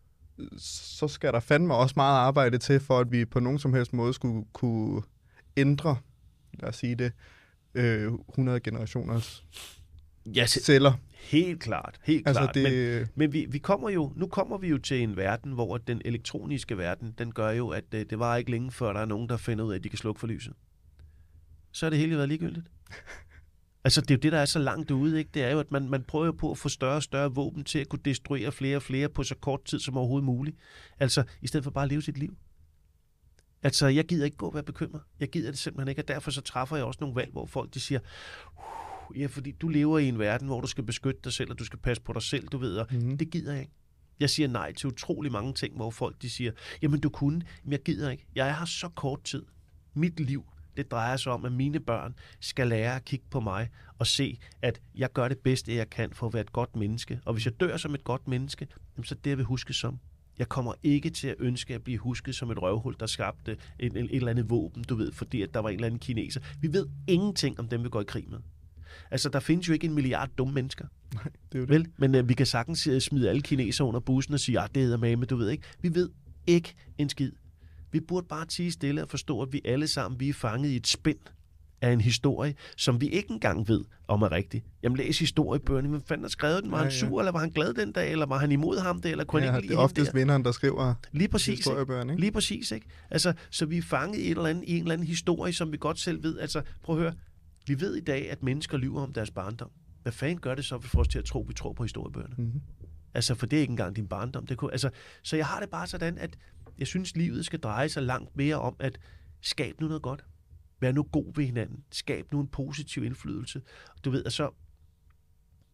Så skal der fandme også meget arbejde til, for at vi på nogen som helst måde skulle kunne ændre, lad os sige det, øh, hundrede generationers ja, celler.
Helt klart, helt
altså
klart.
Det...
Men, men vi, vi kommer jo, nu kommer vi jo til en verden, hvor den elektroniske verden, den gør jo, at det, det var ikke længe før, der er nogen, der finder ud af, at de kan slukke for lyset. Så er det hele været ligegyldigt. Altså, det er jo det, der er så langt ude, ikke? Det er jo, at man, man prøver jo på at få større og større våben til at kunne destruere flere og flere på så kort tid som overhovedet muligt. Altså, i stedet for bare at leve sit liv. Altså, jeg gider ikke gå og være bekymret. Jeg gider det simpelthen ikke, og derfor så træffer jeg også nogle valg, hvor folk de siger, ja, fordi du lever i en verden, hvor du skal beskytte dig selv, og du skal passe på dig selv, du ved, og mm-hmm. det gider jeg ikke. Jeg siger nej til utrolig mange ting, hvor folk de siger, jamen du kunne, men jeg gider ikke. Jeg har så kort tid. Mit liv, det drejer sig om, at mine børn skal lære at kigge på mig og se, at jeg gør det bedste, jeg kan for at være et godt menneske. Og hvis jeg dør som et godt menneske, så det jeg vil huske som. Jeg kommer ikke til at ønske at blive husket som et røvhul, der skabte et, et eller andet våben, du ved, fordi at der var en eller anden kineser. Vi ved ingenting om dem, vi går i krig med. Altså, der findes jo ikke en milliard dumme mennesker.
Nej, det er jo det.
Vel? Men uh, vi kan sagtens uh, smide alle kineser under bussen og sige, ja, det hedder med, du ved ikke. Vi ved ikke en skid. Vi burde bare tie stille og forstå, at vi alle sammen vi er fanget i et spind af en historie, som vi ikke engang ved, om er rigtig. Jamen, læs historiebøgerne. Hvem fanden har skrevet den? Var ja, han sur, ja. Eller var han glad den dag? Eller var han imod ham det? Eller kunne
ja,
ikke lide
det er oftest vinderen, der skriver
lige præcis,
historiebøgerne, ikke?
Lige præcis, ikke? Altså, så vi er fanget i, et eller andet, i en eller anden historie, som vi godt selv ved. Altså, prøv at høre. Vi ved i dag, at mennesker lyver om deres barndom. Hvad fanden gør det så, at vi får os til at tro, at vi tror på historiebøgerne? Mm-hmm. Altså, for det er ikke engang din barndom. Det kunne, altså, så jeg har det bare sådan, at jeg synes, livet skal dreje sig langt mere om at skabe nu noget godt. Vær nu god ved hinanden. Skab nu en positiv indflydelse. Du ved, altså,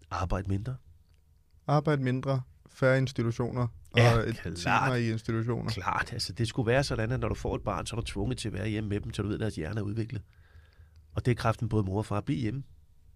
Arbejde mindre.
Arbejde mindre, færre institutioner
Ja,
og et
klart.
timer i institutioner.
Klart, altså det skulle være sådan, at når du får et barn, så er du tvunget til at være hjemme med dem, så du ved, at deres hjerne er udviklet. Og det er kraften både mor og far at blive hjemme.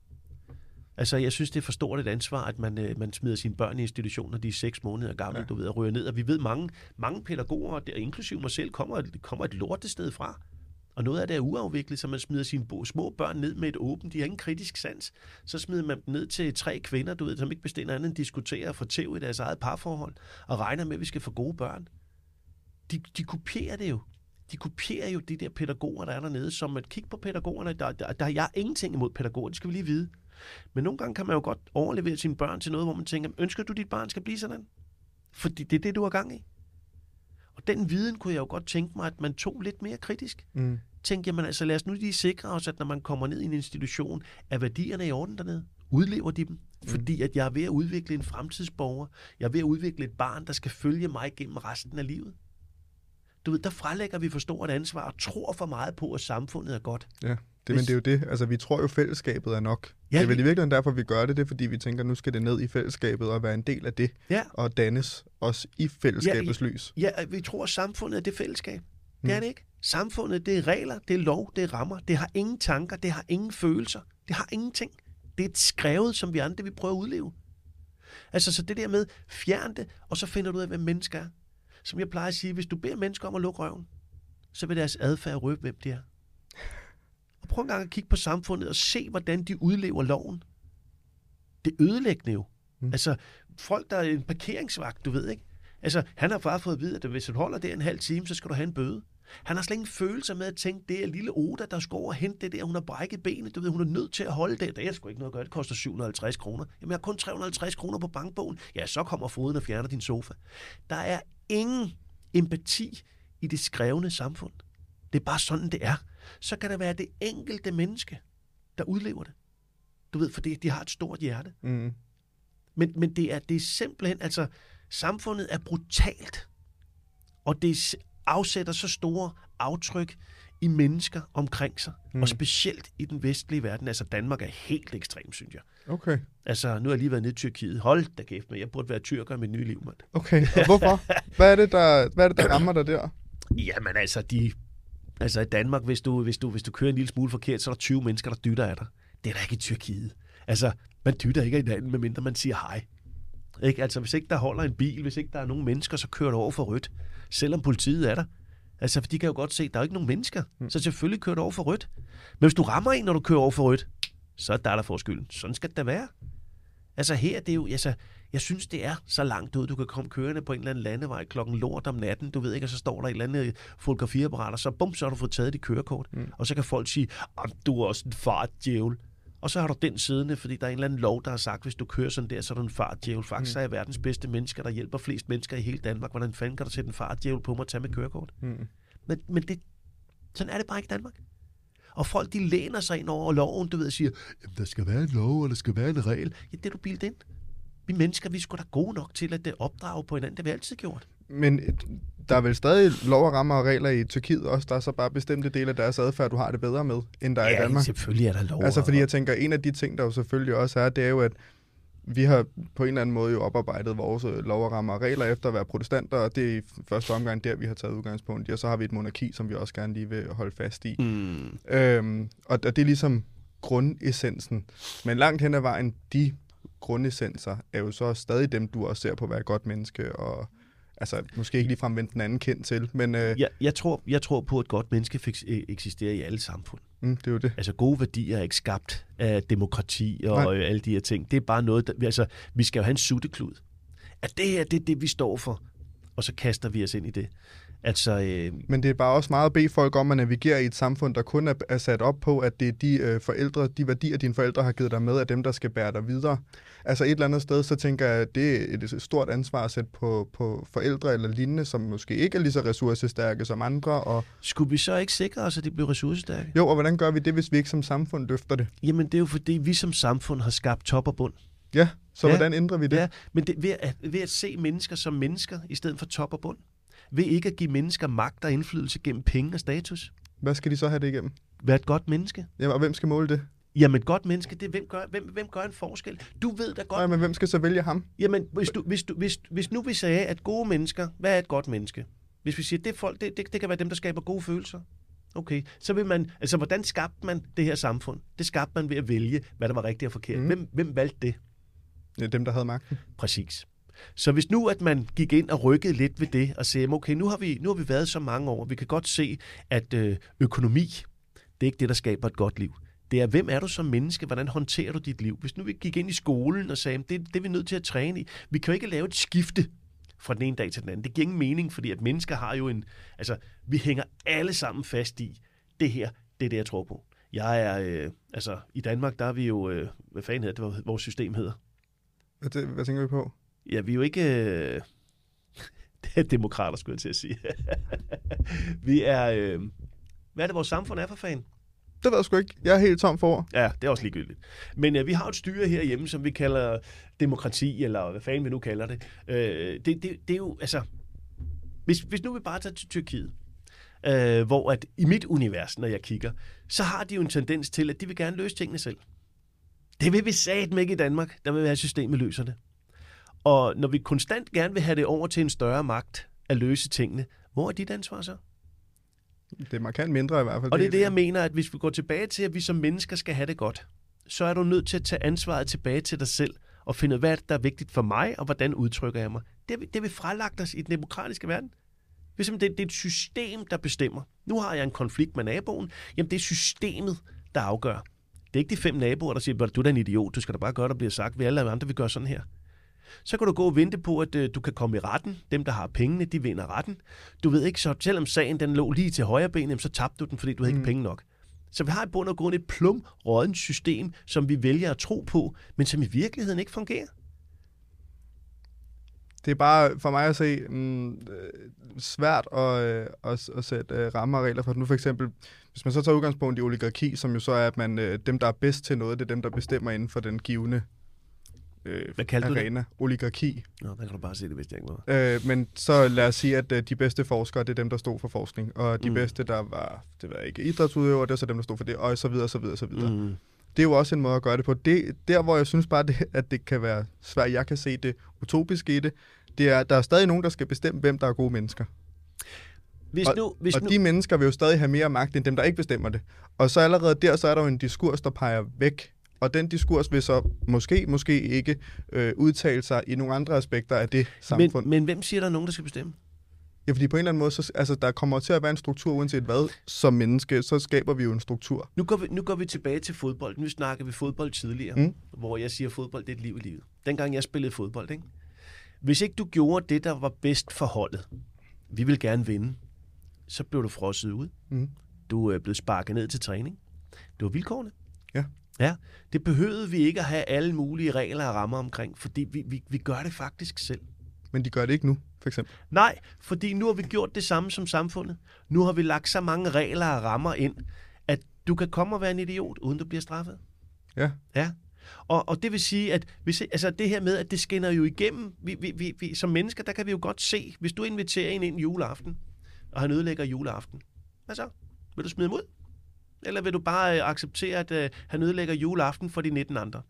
Altså, jeg synes, det er for stort et ansvar, at man, øh, man smider sine børn i institutioner, de er seks måneder gamle, ja. du ved, og ryger ned. Og vi ved, mange, mange pædagoger, der, inklusive mig selv, kommer, kommer et lortested fra. Og noget af det er uafviklet, så man smider sine små børn ned med et åbent. De har ingen kritisk sans. Så smider man dem ned til tre kvinder, du ved, som ikke bestiller andet end diskuterer og får tæv i deres eget parforhold, og regner med, at vi skal få gode børn. De, de kopierer det jo. De kopierer jo de der pædagoger, der er dernede, som man kigger på pædagogerne. Der, der, der er jeg ingenting imod pædagoger, det skal vi lige vide. Men nogle gange kan man jo godt overlevere sine børn til noget, hvor man tænker, ønsker du, dit barn skal blive sådan? Fordi det er det, du har gang i. Og den viden kunne jeg jo godt tænke mig, at man tog lidt mere kritisk.
Mm.
Tænk, jamen altså lad os nu lige sikre os, at når man kommer ned i en institution, er værdierne i orden dernede? Udlever de dem? Mm. Fordi at jeg er ved at udvikle en fremtidsborger. Jeg er ved at udvikle et barn, der skal følge mig gennem resten af livet. Du ved, der frelægger vi for stort ansvar og tror for meget på, at samfundet er godt.
Ja, det, men det er jo det. Altså, vi tror jo, fællesskabet er nok.
Ja,
det er vel i virkeligheden derfor, vi gør det. Det er, fordi vi tænker, nu skal det ned i fællesskabet og være en del af det.
Ja.
Og dannes os i fællesskabets
ja,
lys.
Ja, vi tror, at samfundet er det fællesskab. Det
Mm.
er det ikke. Samfundet, det er regler, det er lov, det er rammer. Det har ingen tanker, det har ingen følelser. Det har ingenting. Det er et skrevet, som vi andre vi prøver at udleve. Altså, så det der med, fjern det, og så finder du ud af, hvem mennesker er. Som jeg plejer at sige, hvis du beder mennesker om at lukke røven, så vil deres adfærd røbe, hvem de er. Og prøv en gang at kigge på samfundet og se, hvordan de udlever loven. Det er ødelæggende jo. Mm. Altså, folk, der er en parkeringsvagt, du ved ikke. Altså, han har bare fået at vide, at hvis du holder der en halv time, så skal du have en bøde. Han har slet ingen følelser med at tænke, det er lille Oda, der skal over og hente det der. Hun har brækket benet, du ved, hun er nødt til at holde det. Det er sgu ikke noget at gøre, det koster syv hundrede og halvtreds kroner. Jamen, jeg har kun tre hundrede og halvtreds kroner på bankbogen. Ja, så kommer foden og fjerner din sofa. Der er ingen empati i det skrevne samfund. Det er bare sådan, det er. Så kan det være det enkelte menneske, der udlever det. Du ved, fordi de har et stort hjerte.
Mm.
Men, men det er, det er simpelthen, altså, samfundet er brutalt. Og det afsætter så store aftryk i mennesker omkring sig. Mm. Og specielt i den vestlige verden. Altså, Danmark er helt ekstrem, synes jeg.
Okay.
Altså, nu har jeg lige været nede i Tyrkiet. Hold da kæft, men jeg burde være tyrker i mit nye liv, mand.
Okay, og hvorfor? Hvad er det, der, hvad er det, der rammer dig der?
Jamen altså, de, altså i Danmark, hvis du, hvis, du, hvis du kører en lille smule forkert, så er der tyve mennesker, der dytter af dig. Det er der ikke i Tyrkiet. Altså, man dytter ikke af hinanden, medmindre man siger hej. Ikke? Altså, hvis ikke der holder en bil, hvis ikke der er nogen mennesker, så kører du over for rødt. Selvom politiet er der. Altså, for de kan jo godt se, at der er ikke nogen mennesker. Mm. Så selvfølgelig kører du over for rødt. Men hvis du rammer en, når du kører over for rødt, så er der der for skylden. Sådan skal det da være. Altså her, det er jo, altså, jeg synes, det er så langt ud. Du kan komme kørende på en eller anden landevej klokken lort om natten, du ved ikke, og så står der et eller andet fotografiapparat, og så bum, så har du fået taget dit kørekort. Mm. Og så kan folk sige, du er også en fartdjævel. Og så har du den siddende, fordi der er en eller anden lov, der har sagt, hvis du kører sådan der, så er du en fartdjævel. Faktisk mm. er jeg verdens bedste mennesker, der hjælper flest mennesker i hele Danmark. Hvordan fanden kan du sætte en fartdjævel på mig og tage med kørekort? Mm. Men, men det, sådan er det bare ikke i Danmark. Og folk, de læner sig ind over loven, du ved, og siger, jamen, der skal være en lov, og der skal være en regel. Ja, det er du bildet ind. Vi mennesker, vi er sgu da gode nok til at opdrage på hinanden. Det har vi altid gjort.
Men der er vel stadig lov og rammer og regler i Tyrkiet også. Der er så bare bestemte dele af deres adfærd, du har det bedre med, end der er
ja,
i Danmark.
Ja, selvfølgelig er der lov.
Altså, fordi jeg tænker, en af de ting, der jo selvfølgelig også er, det er jo, at vi har på en eller anden måde jo oparbejdet vores lov og rammer og regler efter at være protestanter, og det er i første omgang der, vi har taget udgangspunkt i, og så har vi et monarki, som vi også gerne lige vil holde fast i. Mm. Øhm, og det er ligesom grundessensen. Men langt hen ad vejen, de grundessenser er jo så stadig dem, du også ser på at være et godt menneske, og altså måske ikke ligefrem vende den anden kendt til, men... Øh,
jeg, jeg, tror, jeg tror på, at et godt menneske fik, eksisterer i alle samfund.
Mm, det er jo det.
Altså gode værdier er ikke skabt af demokrati og Nej. alle de her ting. Det er bare noget, der, altså vi skal jo have en sutteklud. At det her, det er det, vi står for. Og så kaster vi os ind i det. Altså, øh...
Men det er bare også meget at bede folk om at navigere i et samfund, der kun er, er sat op på, at det er de øh, forældre, de værdier, dine forældre har givet dig med, af dem, der skal bære dig videre. Altså et eller andet sted, så tænker jeg, at det er et stort ansvar at sætte på, på forældre eller lignende, som måske ikke er lige så ressourcestærke som andre. Og...
Skulle vi så ikke sikre os, at de bliver ressourcestærke?
Jo, og hvordan gør vi det, hvis vi ikke som samfund løfter det?
Jamen det er jo fordi, vi som samfund har skabt top og bund.
Ja, så
ja.
Hvordan ændrer vi det?
Ja, men det, ved, at, ved at se mennesker som mennesker, i stedet for top og bund. Ved ikke at give mennesker magt og indflydelse gennem penge og status.
Hvad skal de så have det igennem?
Vær et godt menneske.
Jamen, og hvem skal måle det?
Jamen, godt menneske, det er, hvem gør, hvem, hvem gør en forskel? Du ved da godt...
Nej, men hvem skal så vælge ham?
Jamen, hvis, du, hvis, du, hvis, hvis nu vi sagde, at gode mennesker, hvad er et godt menneske? Hvis vi siger, det er folk, det, det, det kan være dem, der skaber gode følelser. Okay, så vil man... Altså, hvordan skabte man det her samfund? Det skabte man ved at vælge, hvad der var rigtigt og forkert. Mm. Hvem, hvem valgte det?
Det er dem, der havde magten.
Præcis. Så hvis nu, at man gik ind og rykkede lidt ved det, og sagde, okay, nu har vi, nu har vi været så mange år, vi kan godt se, at øh, økonomi, det er ikke det, der skaber et godt liv. Det er, hvem er du som menneske? Hvordan håndterer du dit liv? Hvis nu vi gik ind i skolen og sagde, det, det er vi nødt til at træne i. Vi kan jo ikke lave et skifte fra den ene dag til den anden. Det giver ingen mening, fordi at mennesker har jo en... Altså, vi hænger alle sammen fast i, det her, det er det, jeg tror på. Jeg er... Øh, altså, i Danmark, der er vi jo... Øh, hvad fanden hedder det, vores system hedder?
Hvad, det, hvad tænker vi på?
Ja, vi er jo ikke... Øh, det er demokrater, skulle jeg til at sige. vi er... Øh, hvad er det, vores samfund er for fanden?
Det ved jeg sgu ikke. Jeg er helt tom for ord.
Ja, det er også ligegyldigt. Men ja, vi har et styre herhjemme, som vi kalder demokrati, eller hvad fanden vi nu kalder det. Øh, det, det, det er jo, altså... Hvis, hvis nu vi bare tager til Tyrkiet, øh, hvor at i mit univers, når jeg kigger, så har de jo en tendens til, at de vil gerne løse tingene selv. Det vil vi satme ikke i Danmark. Der vil vi have systemet løser det. Og når vi konstant gerne vil have det over til en større magt at løse tingene, hvor er dit ansvar så?
Det er markant mindre i hvert fald.
Og det er det, jeg mener, at hvis vi går tilbage til, at vi som mennesker skal have det godt, så er du nødt til at tage ansvaret tilbage til dig selv og finde ud af, hvad der er vigtigt for mig, og hvordan udtrykker jeg mig. Det er, det er vi fralagt os i den demokratiske verden. Det er, det er et system, der bestemmer. Nu har jeg en konflikt med naboen. Jamen, det er systemet, der afgør. Det er ikke de fem naboer, der siger, du er da en idiot, du skal da bare gøre, der bliver sagt, vi alle andre vil gøre sådan her. Så kan du gå og vente på, at øh, du kan komme i retten. Dem, der har pengene, de vinder retten. Du ved ikke, så selvom sagen den lå lige til højre ben, så tabte du den, fordi du havde mm. ikke penge nok. Så vi har i bund og grund et plumrådent system, som vi vælger at tro på, men som i virkeligheden ikke fungerer.
Det er bare for mig at se mm, svært at, øh, at, at sætte øh, rammer og regler for. Nu for eksempel, hvis man så tager udgangspunkt i oligarki, som jo så er, at man, øh, dem, der er bedst til noget, det er dem, der bestemmer inden for den givne øh,
Hvad kaldte
arena.
du det?
Oligarki.
Nå, der kan du bare se det, hvis jeg ikke var.
Øh, men så lad os sige, at øh, de bedste forskere, det er dem, der stod for forskning. Og de
Mm.
bedste, der var, det var ikke idrætsudøvere, det var så dem, der stod for det, og så videre, så videre, så videre.
Mm.
Det er jo også en måde at gøre det på. Det, der, hvor jeg synes bare, det, at det kan være svært, jeg kan se det utopiske i det, det er, at der er stadig nogen, der skal bestemme, hvem der er gode mennesker.
Hvis
og,
nu, hvis
og
nu...
de mennesker vil jo stadig have mere magt, end dem, der ikke bestemmer det. Og så allerede der, så er der jo en diskurs, der peger væk. Og den diskurs vil så måske, måske ikke øh, udtale sig i nogle andre aspekter af det samfund.
Men, men hvem siger, der er nogen, der skal bestemme?
Ja, fordi på en eller anden måde, så, altså, der kommer til at være en struktur, uanset hvad, som menneske, så skaber vi jo en struktur.
Nu går vi, nu går vi tilbage til fodbold. Nu snakker vi fodbold tidligere, mm. hvor jeg siger, at fodbold det er et liv i livet. Dengang jeg spillede fodbold, ikke? Hvis ikke du gjorde det, der var bedst for holdet, vi vil gerne vinde, så blev du frosset ud. Mm. Du er blevet sparket ned til træning. Det var vilkårene.
Ja.
Ja, det behøvede vi ikke at have alle mulige regler og rammer omkring, fordi vi, vi, vi gør det faktisk selv.
Men de gør det ikke nu, for eksempel?
Nej, fordi nu har vi gjort det samme som samfundet. Nu har vi lagt så mange regler og rammer ind, at du kan komme og være en idiot, uden du bliver straffet.
Ja.
Ja. Og, og det vil sige, at hvis, altså det her med, at det skinner jo igennem, vi, vi, vi, vi, som mennesker, der kan vi jo godt se, hvis du inviterer en ind juleaften, og han ødelægger juleaften, hvad så? Vil du smide ham ud? Eller vil du bare øh, acceptere, at øh, han ødelægger juleaften for de nitten andre?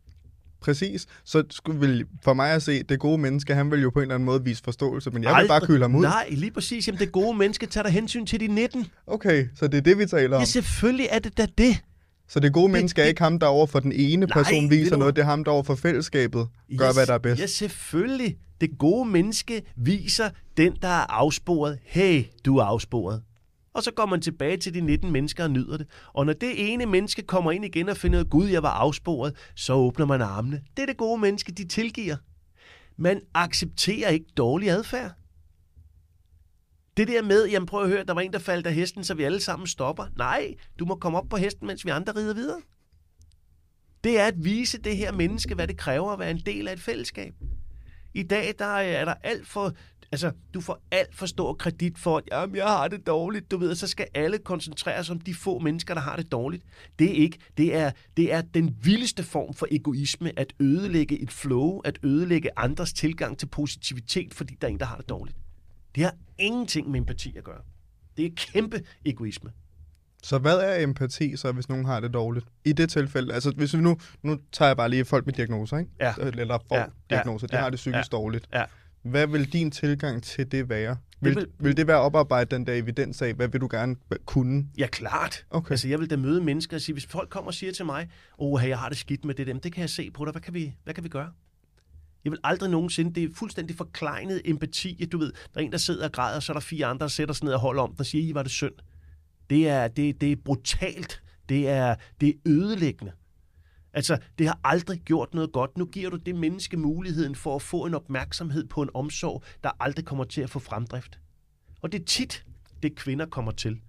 Præcis. Så skulle vil for mig at se, det gode menneske, han vil jo på en eller anden måde vise forståelse, men jeg
Aldrig.
vil bare kyle ham ud.
Nej, lige præcis. Jamen det gode menneske tager der hensyn til de nitten.
Okay, så det er det, vi taler om.
Ja, selvfølgelig er det da det.
Så det gode det, menneske er
det,
ikke ham, der over for den ene
nej,
person viser
det
noget, det er ham, der over for fællesskabet gør,
yes,
hvad der er bedst.
Ja, selvfølgelig. Det gode menneske viser den, der er afsporet. Hey, du er afsporet. Og så går man tilbage til de nitten mennesker og nyder det. Og når det ene menneske kommer ind igen og finder ud af, Gud, jeg var afsporet, så åbner man armene. Det er det gode menneske, de tilgiver. Man accepterer ikke dårlig adfærd. Det der med, jamen prøv at høre, der var en, der faldt af hesten, så vi alle sammen stopper. Nej, du må komme op på hesten, mens vi andre rider videre. Det er at vise det her menneske, hvad det kræver at være en del af et fællesskab. I dag der er der alt for... Altså, du får alt for stor kredit for, at jamen, jeg har det dårligt, du ved, så skal alle koncentrere sig om de få mennesker, der har det dårligt. Det er ikke, det er, det er den vildeste form for egoisme, at ødelægge et flow, at ødelægge andres tilgang til positivitet, fordi der er en, der har det dårligt. Det har ingenting med empati at gøre. Det er kæmpe egoisme.
Så hvad er empati, så hvis nogen har det dårligt? I det tilfælde, altså hvis vi nu, nu tager jeg bare lige folk med diagnoser, ikke?
Ja.
Eller får
Ja.
diagnoser, de
Ja.
har det psykisk
Ja.
dårligt.
Ja.
Hvad vil din tilgang til det være? Vil,
Det
det
vil-
vil, vil det være oparbejdet den dag evidens af? Hvad vil du gerne kunne?
Ja, klart.
Okay.
Altså, jeg vil da møde mennesker og sige, hvis folk kommer og siger til mig, åh, hey, jeg har det skidt med det dem, det kan jeg se på dig, hvad kan vi, hvad kan vi gøre? Jeg vil aldrig nogensinde, det er fuldstændig forklejnet empati, at du ved, der er en, der sidder og græder, og så er der fire andre, der sætter sig ned og holder om, der siger, I var det synd. Det er, det, det er brutalt. Det er, det er ødelæggende. Altså, det har aldrig gjort noget godt. Nu giver du det menneske muligheden for at få en opmærksomhed på en omsorg, der aldrig kommer til at få fremdrift. Og det er tit, det kvinder kommer til.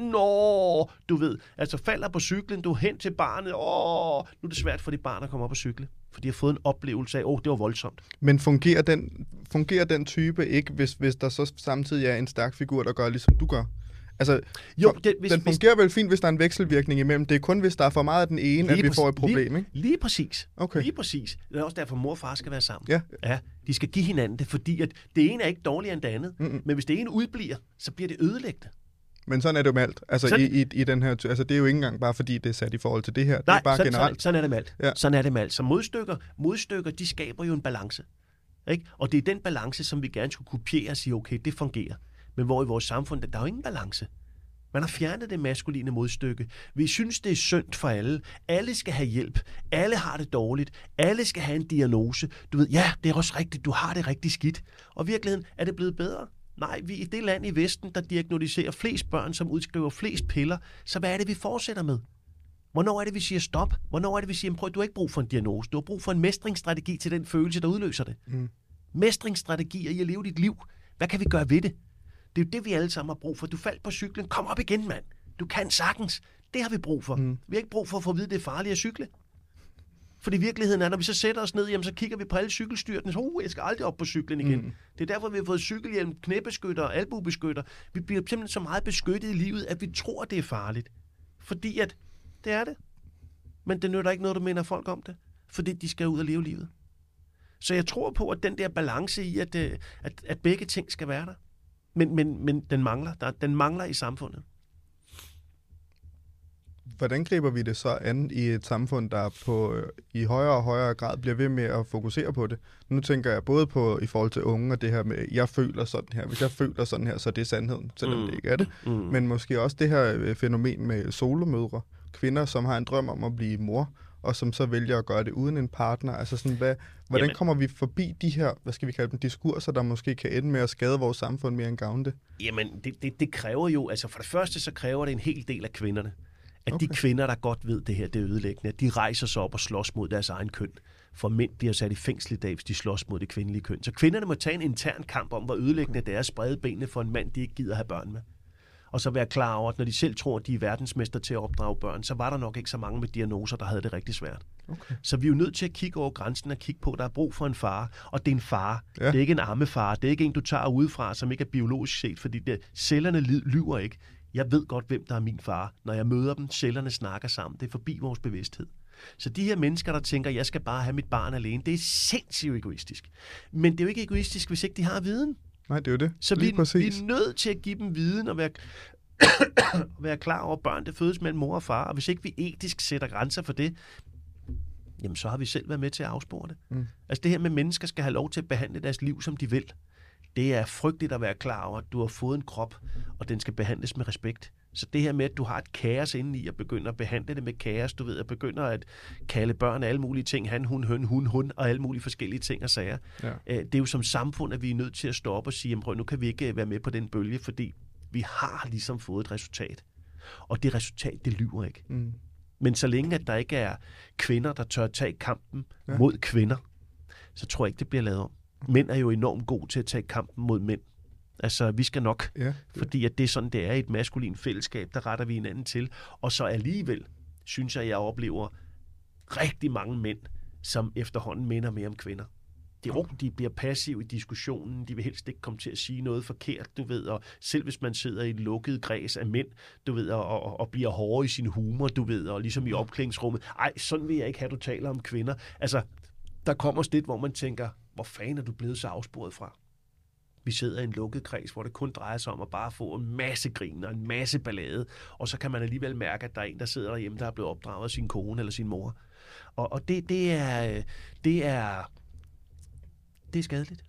Nå, du ved, altså falder på cyklen, du er hen til barnet, åh, nu er det svært for de barn at komme op og cykle, for de har fået en oplevelse af, åh, det var voldsomt.
Men fungerer den, fungerer den type ikke, hvis, hvis der så samtidig er en stærk figur, der gør ligesom du gør? Altså,
Jo,
for,
det, hvis,
den fungerer vel fint, hvis der er en vekselvirkning imellem. Det er kun, hvis der er for meget af den ene,
Lige
at vi
præcis-
får et problem,
lige,
ikke?
Lige præcis.
Okay.
Lige præcis. Det er også derfor, mor og far skal være sammen.
Ja.
Ja, de skal give hinanden det, fordi at det ene er ikke dårligere end det andet.
Mm-mm.
Men hvis det ene udbliver, så bliver det ødelæggende.
Men sådan er det jo med alt. Altså,
Sådan-
i, i, i den her, altså, det er jo ikke engang bare, fordi det er sat i forhold til det her. Det
Nej,
er bare
sådan,
generelt.
sådan, sådan er det med alt.
Ja.
Sådan er det med alt. Så modstykker, modstykker, de skaber jo en balance. Ikke? Og det er den balance, som vi gerne skulle kopiere og sige, okay, det fungerer. Men hvor i vores samfund, der er jo ingen balance. Man har fjernet det maskuline modstykke. Vi synes, det er synd for alle. Alle skal have hjælp. Alle har det dårligt. Alle skal have en diagnose. Du ved, ja, det er også rigtigt. Du har det rigtig skidt. Og i virkeligheden er det blevet bedre. Nej, vi er det land i Vesten, der diagnostiserer flest børn, som udskriver flest piller. Så hvad er det, vi fortsætter med? Hvornår er det, vi siger stop? Hvornår er det, vi siger, prøv, du har ikke brug for en diagnose. Du har brug for en mestringsstrategi til den følelse, der udløser det.
Mm.
Mestringsstrategier i at leve dit liv. Hvad kan vi gøre ved det? Det er jo det, vi alle sammen har brug for. Du faldt på cyklen. Kom op igen, mand. Du kan sagtens. Det har vi brug for.
Mm.
Vi har ikke brug for at få at vide, at det er farligt at cykle. Fordi virkeligheden er, når vi så sætter os ned, jamen, så kigger vi på alle cykelstyrtene. Uh, jeg skal aldrig op på cyklen igen.
Mm.
Det er derfor, vi har fået cykelhjelm, knæbeskytter og albubeskytter. Vi bliver simpelthen så meget beskyttet i livet, at vi tror, det er farligt. Fordi at det er det. Men det nytter ikke noget, du minder folk om det. Fordi de skal ud og leve livet. Så jeg tror på, at den der balance i, at, at, at begge ting skal være der. Men, men, men den mangler. Der, den mangler i samfundet.
Hvordan griber vi det så an i et samfund, der på, øh, i højere og højere grad bliver ved med at fokusere på det? Nu tænker jeg både på i forhold til unge og det her med, jeg føler sådan her. Hvis jeg føler sådan her, så er det sandheden, selvom
Mm.
det ikke er det.
Mm.
Men måske også det her øh, fænomen med solomødre. Kvinder, som har en drøm om at blive mor, og som så vælger at gøre det uden en partner. Altså sådan, hvad, hvordan
Jamen.
kommer vi forbi de her, hvad skal vi kalde dem, diskurser, der måske kan ende med at skade vores samfund mere end gavne det?
Jamen, det, det, det kræver jo, altså for det første, så kræver det en hel del af kvinderne. At okay.
Okay.
de kvinder, der godt ved det her, det er ødelæggende, de rejser sig op og slås mod deres egen køn. For mænd bliver sat i fængsel i dag, hvis de slås mod det kvindelige køn. Så kvinderne må tage en intern kamp om, hvor ødelæggende det er at sprede benene for en mand, de ikke gider have børn med. Og så være klar over, at når de selv tror, at de er verdensmester til at opdrage børn, så var der nok ikke så mange med diagnoser, der havde det rigtig svært.
Okay.
Så vi er jo nødt til at kigge over grænsen og kigge på, at der er brug for en far. Og det er en far.
Ja.
Det er ikke en ammefar. Det er ikke en, du tager udefra, som ikke er biologisk set, fordi det, cellerne lyver ikke. Jeg ved godt, hvem der er min far. Når jeg møder dem, cellerne snakker sammen. Det er forbi vores bevidsthed. Så de her mennesker, der tænker, jeg skal bare have mit barn alene, det er sindssygt egoistisk. Men det er jo ikke egoistisk, hvis ikke de har viden.
Nej, det er jo det.
Så
Lige
vi,
præcis.
vi er nødt til at give dem viden og være, være klar over, at børn det fødes mellem mor og far. Og hvis ikke vi etisk sætter grænser for det, jamen så har vi selv været med til at afspore det.
Mm.
Altså det her med, at mennesker skal have lov til at behandle deres liv, som de vil. Det er frygteligt at være klar over, at du har fået en krop, og den skal behandles med respekt. Så det her med, at du har et kaos inde i, og begynder at behandle det med kaos, du ved, at begynder at kalde børn alle mulige ting, han, hun, høn, hun, hun, og alle mulige forskellige ting og sager.
Ja.
Det er jo som samfund, at vi er nødt til at stoppe og sige, jamen, nu kan vi ikke være med på den bølge, fordi vi har ligesom fået et resultat. Og det resultat, det lyver ikke.
Mm.
Men så længe, at der ikke er kvinder, der tør at tage kampen
Ja.
ja. mod kvinder, så tror jeg ikke, det bliver lavet om. Mænd er jo enormt gode til at tage kampen mod mænd. Altså, vi skal nok,
Ja,
fordi at det er sådan, det er i et maskulint fællesskab, der retter vi hinanden til. Og så alligevel, synes jeg, jeg oplever rigtig mange mænd, som efterhånden minder mere om kvinder. De, okay. de bliver passive i diskussionen, de vil helst ikke komme til at sige noget forkert, du ved, og selv hvis man sidder i et lukket græs af mænd, du ved, og, og, og bliver hårde i sin humor, du ved, og ligesom i opklædningsrummet, ej, sådan vil jeg ikke have, du taler om kvinder. Altså, der kommer sted, hvor man tænker, hvor fanden er du blevet så afsporet fra? Vi sidder i en lukket kreds, hvor det kun drejer sig om at bare få en masse grin og en masse ballade, og så kan man alligevel mærke, at der er en, der sidder derhjemme, der er blevet opdraget af sin kone eller sin mor. Og, og det, det, er, det er det er skadeligt.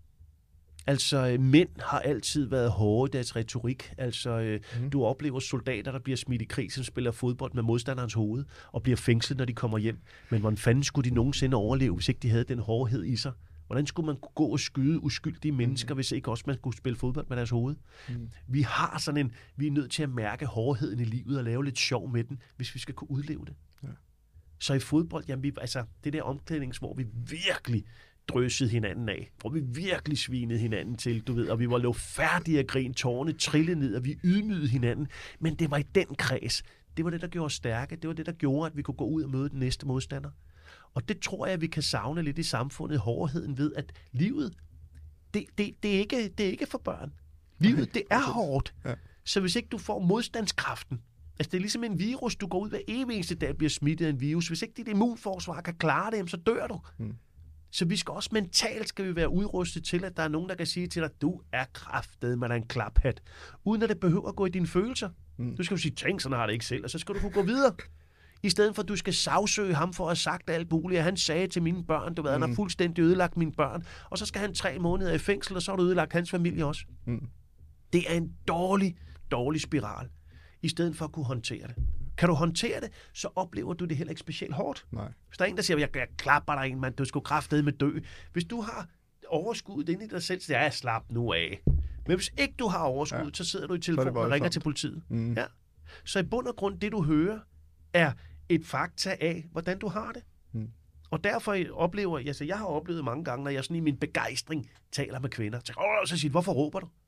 Altså, mænd har altid været hårde i deres retorik. Altså, mm. du oplever soldater, der bliver smidt i krig, som spiller fodbold med modstanderens hoved, og bliver fængslet, når de kommer hjem. Men hvordan fanden skulle de nogensinde overleve, hvis ikke de havde den hårdhed i sig? Hvordan skulle man kunne gå og skyde uskyldige mennesker, mm. hvis ikke også man skulle spille fodbold med deres hoved? Mm. Vi har sådan en, vi er nødt til at mærke hårdheden i livet og lave lidt sjov med den, hvis vi skal kunne udleve det. Ja. Så i fodbold, jamen, vi, altså, det der omklædnings, hvor vi virkelig drøsede hinanden af, hvor vi virkelig svinede hinanden til, du ved, og vi var lå færdige at grine, tårerne trillede ned, og vi ydmygede hinanden, men det var i den kreds. Det var det, der gjorde os stærke. Det var det, der gjorde, at vi kunne gå ud og møde den næste modstander. Og det tror jeg, at vi kan savne lidt i samfundet, hårdheden ved, at livet, det, det, det, er, ikke, det er ikke for børn. Livet, det er hårdt. Ja. Så hvis ikke du får modstandskraften, altså det er ligesom en virus, du går ud hver eneste dag bliver smittet af en virus. Hvis ikke dit immunforsvar kan klare det, så dør du. Hmm. Så vi skal også mentalt skal vi være udrustet til, at der er nogen, der kan sige til dig, du er kraftet med en klaphat, uden at det behøver at gå i dine følelser. Hmm. Du skal jo sige, tænk, sådan har det ikke selv, og så skal du kunne gå videre. I stedet for, at du skal sagsøge ham for at have sagt alt muligt. Han sagde til mine børn, du ved, mm. han har fuldstændig ødelagt mine børn, og så skal han tre måneder i fængsel, og så har du ødelagt hans familie også. Mm. Det er en dårlig, dårlig spiral, i stedet for at kunne håndtere det. Kan du håndtere det, så oplever du det heller ikke specielt hårdt.
Nej.
Hvis der er en, der siger, jeg, jeg klapper dig en, mand, du skal kraftedeme med dø. Hvis du har overskuddet inde i dig selv, så er jeg slap nu af. Men hvis ikke du har overskuddet, ja. så sidder du i telefonen og ringer til politiet. Mm. Ja. Så i bund og grund, det du hører, er et fakta af, hvordan du har det. Mm. Og derfor oplever jeg, altså jeg har oplevet mange gange, når jeg sådan i min begejstring taler med kvinder, så, åh, så siger hvorfor råber du?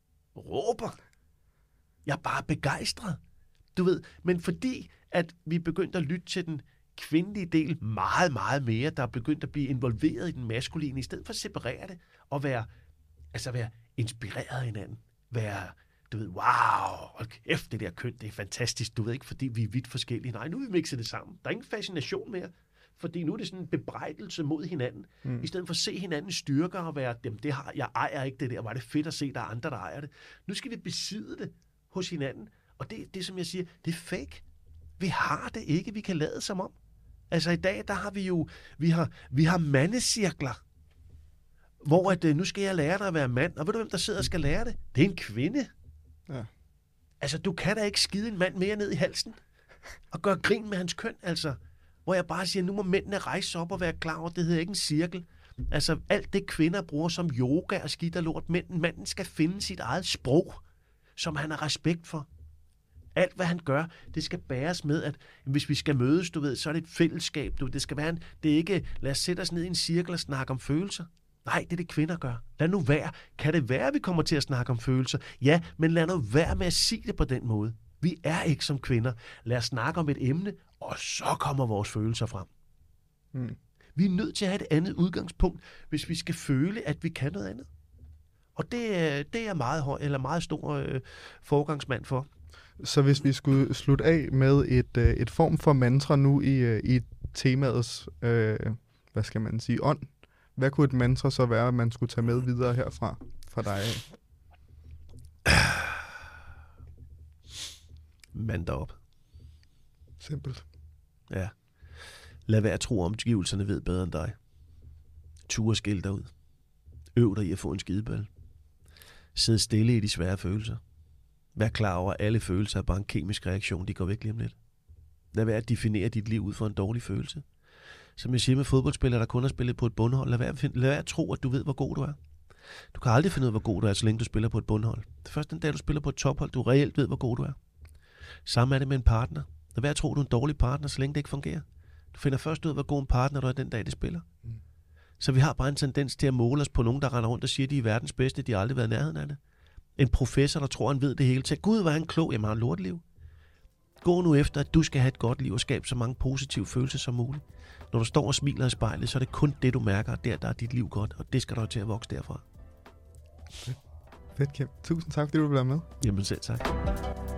Råber? Jeg er bare begejstret. Du ved, men fordi, at vi begyndte at lytte til den kvindelige del meget, meget mere, der er begyndt at blive involveret i den maskuline, i stedet for at separere det, og være, altså være inspireret af hinanden. Være, du ved, wow, hold kæft, det der køn, det er fantastisk. Du ved ikke, fordi vi er vidt forskellige. Nej, nu er vi mixet det sammen. Der er ingen fascination mere, fordi nu er det sådan en bebrejdelse mod hinanden. Mm. I stedet for at se hinandens styrker og være, dem, det har, jeg ejer ikke det der, var det fedt at se, der er andre, der ejer det. Nu skal vi besidde det hos hinanden. Og det, det som jeg siger, det er fake. Vi har det ikke, vi kan lade som om. Altså i dag, der har vi jo, vi har, vi har mandecirkler, hvor at, nu skal jeg lære dig at være mand, og ved du, hvem der sidder og skal lære det? Det er en kvinde. Ja. Altså, du kan da ikke skide en mand mere ned i halsen og gøre grin med hans køn, altså. Hvor jeg bare siger, nu må mændene rejse sig op og være klar over, det hedder ikke en cirkel. Altså, alt det kvinder bruger som yoga og skidt og lort, mænden, manden skal finde sit eget sprog, som han har respekt for. Alt, hvad han gør, det skal bæres med, at hvis vi skal mødes, du ved, så er det et fællesskab. Du, det skal være en, det er ikke, lad os sætte os ned i en cirkel og snakke om følelser. Nej, det er det, kvinder gør. Lad nu være. Kan det være, at vi kommer til at snakke om følelser? Ja, men lad nu være med at sige det på den måde. Vi er ikke som kvinder. Lad os snakke om et emne, og så kommer vores følelser frem. Mm. Vi er nødt til at have et andet udgangspunkt, hvis vi skal føle, at vi kan noget andet. Og det, det er meget høj, eller meget stor øh, forgangsmand for.
Så hvis vi skulle slutte af med et, øh, et form for mantra nu i, øh, i temaets, øh, hvad skal man sige, ånd, hvad kunne et mantra så være, at man skulle tage med videre herfra, fra dig af?
Mand derop.
Simpelt.
Ja. Lad være at tro, omgivelserne ved bedre end dig. Ture skil dig ud. Øv dig i at få en skideball. Sid stille i de svære følelser. Vær klar over, at alle følelser er bare en kemisk reaktion. De går væk lige om lidt. Lad være at definere dit liv ud for en dårlig følelse. Som jeg siger med fodboldspillere, der kun har spillet på et bundhold. Lad være, at finde, lad være at tro, at du ved, hvor god du er. Du kan aldrig finde ud af, hvor god du er, så længe du spiller på et bundhold. Det er først den dag, du spiller på et tophold, du reelt ved, hvor god du er. Samme er det med en partner. Lad være at tro, at du er en dårlig partner, så længe det ikke fungerer. Du finder først ud af, hvor god en partner du er den dag, det spiller. Mm. Så vi har bare en tendens til at måle os på nogen, der render rundt og siger, at de er verdens bedste, de har aldrig været i nærheden af det. En professor, der tror, han ved det hele til. Gud, hvor er han klog, jamen har han lorteliv. Gå nu efter, at du skal have et godt liv og skabe så mange positive følelser som muligt. Når du står og smiler i spejlet, så er det kun det, du mærker, at der, der er dit liv godt, og det skal der til at vokse derfra.
Fedt, Kim. Tusind tak, fordi du blev med.
Jamen selv tak.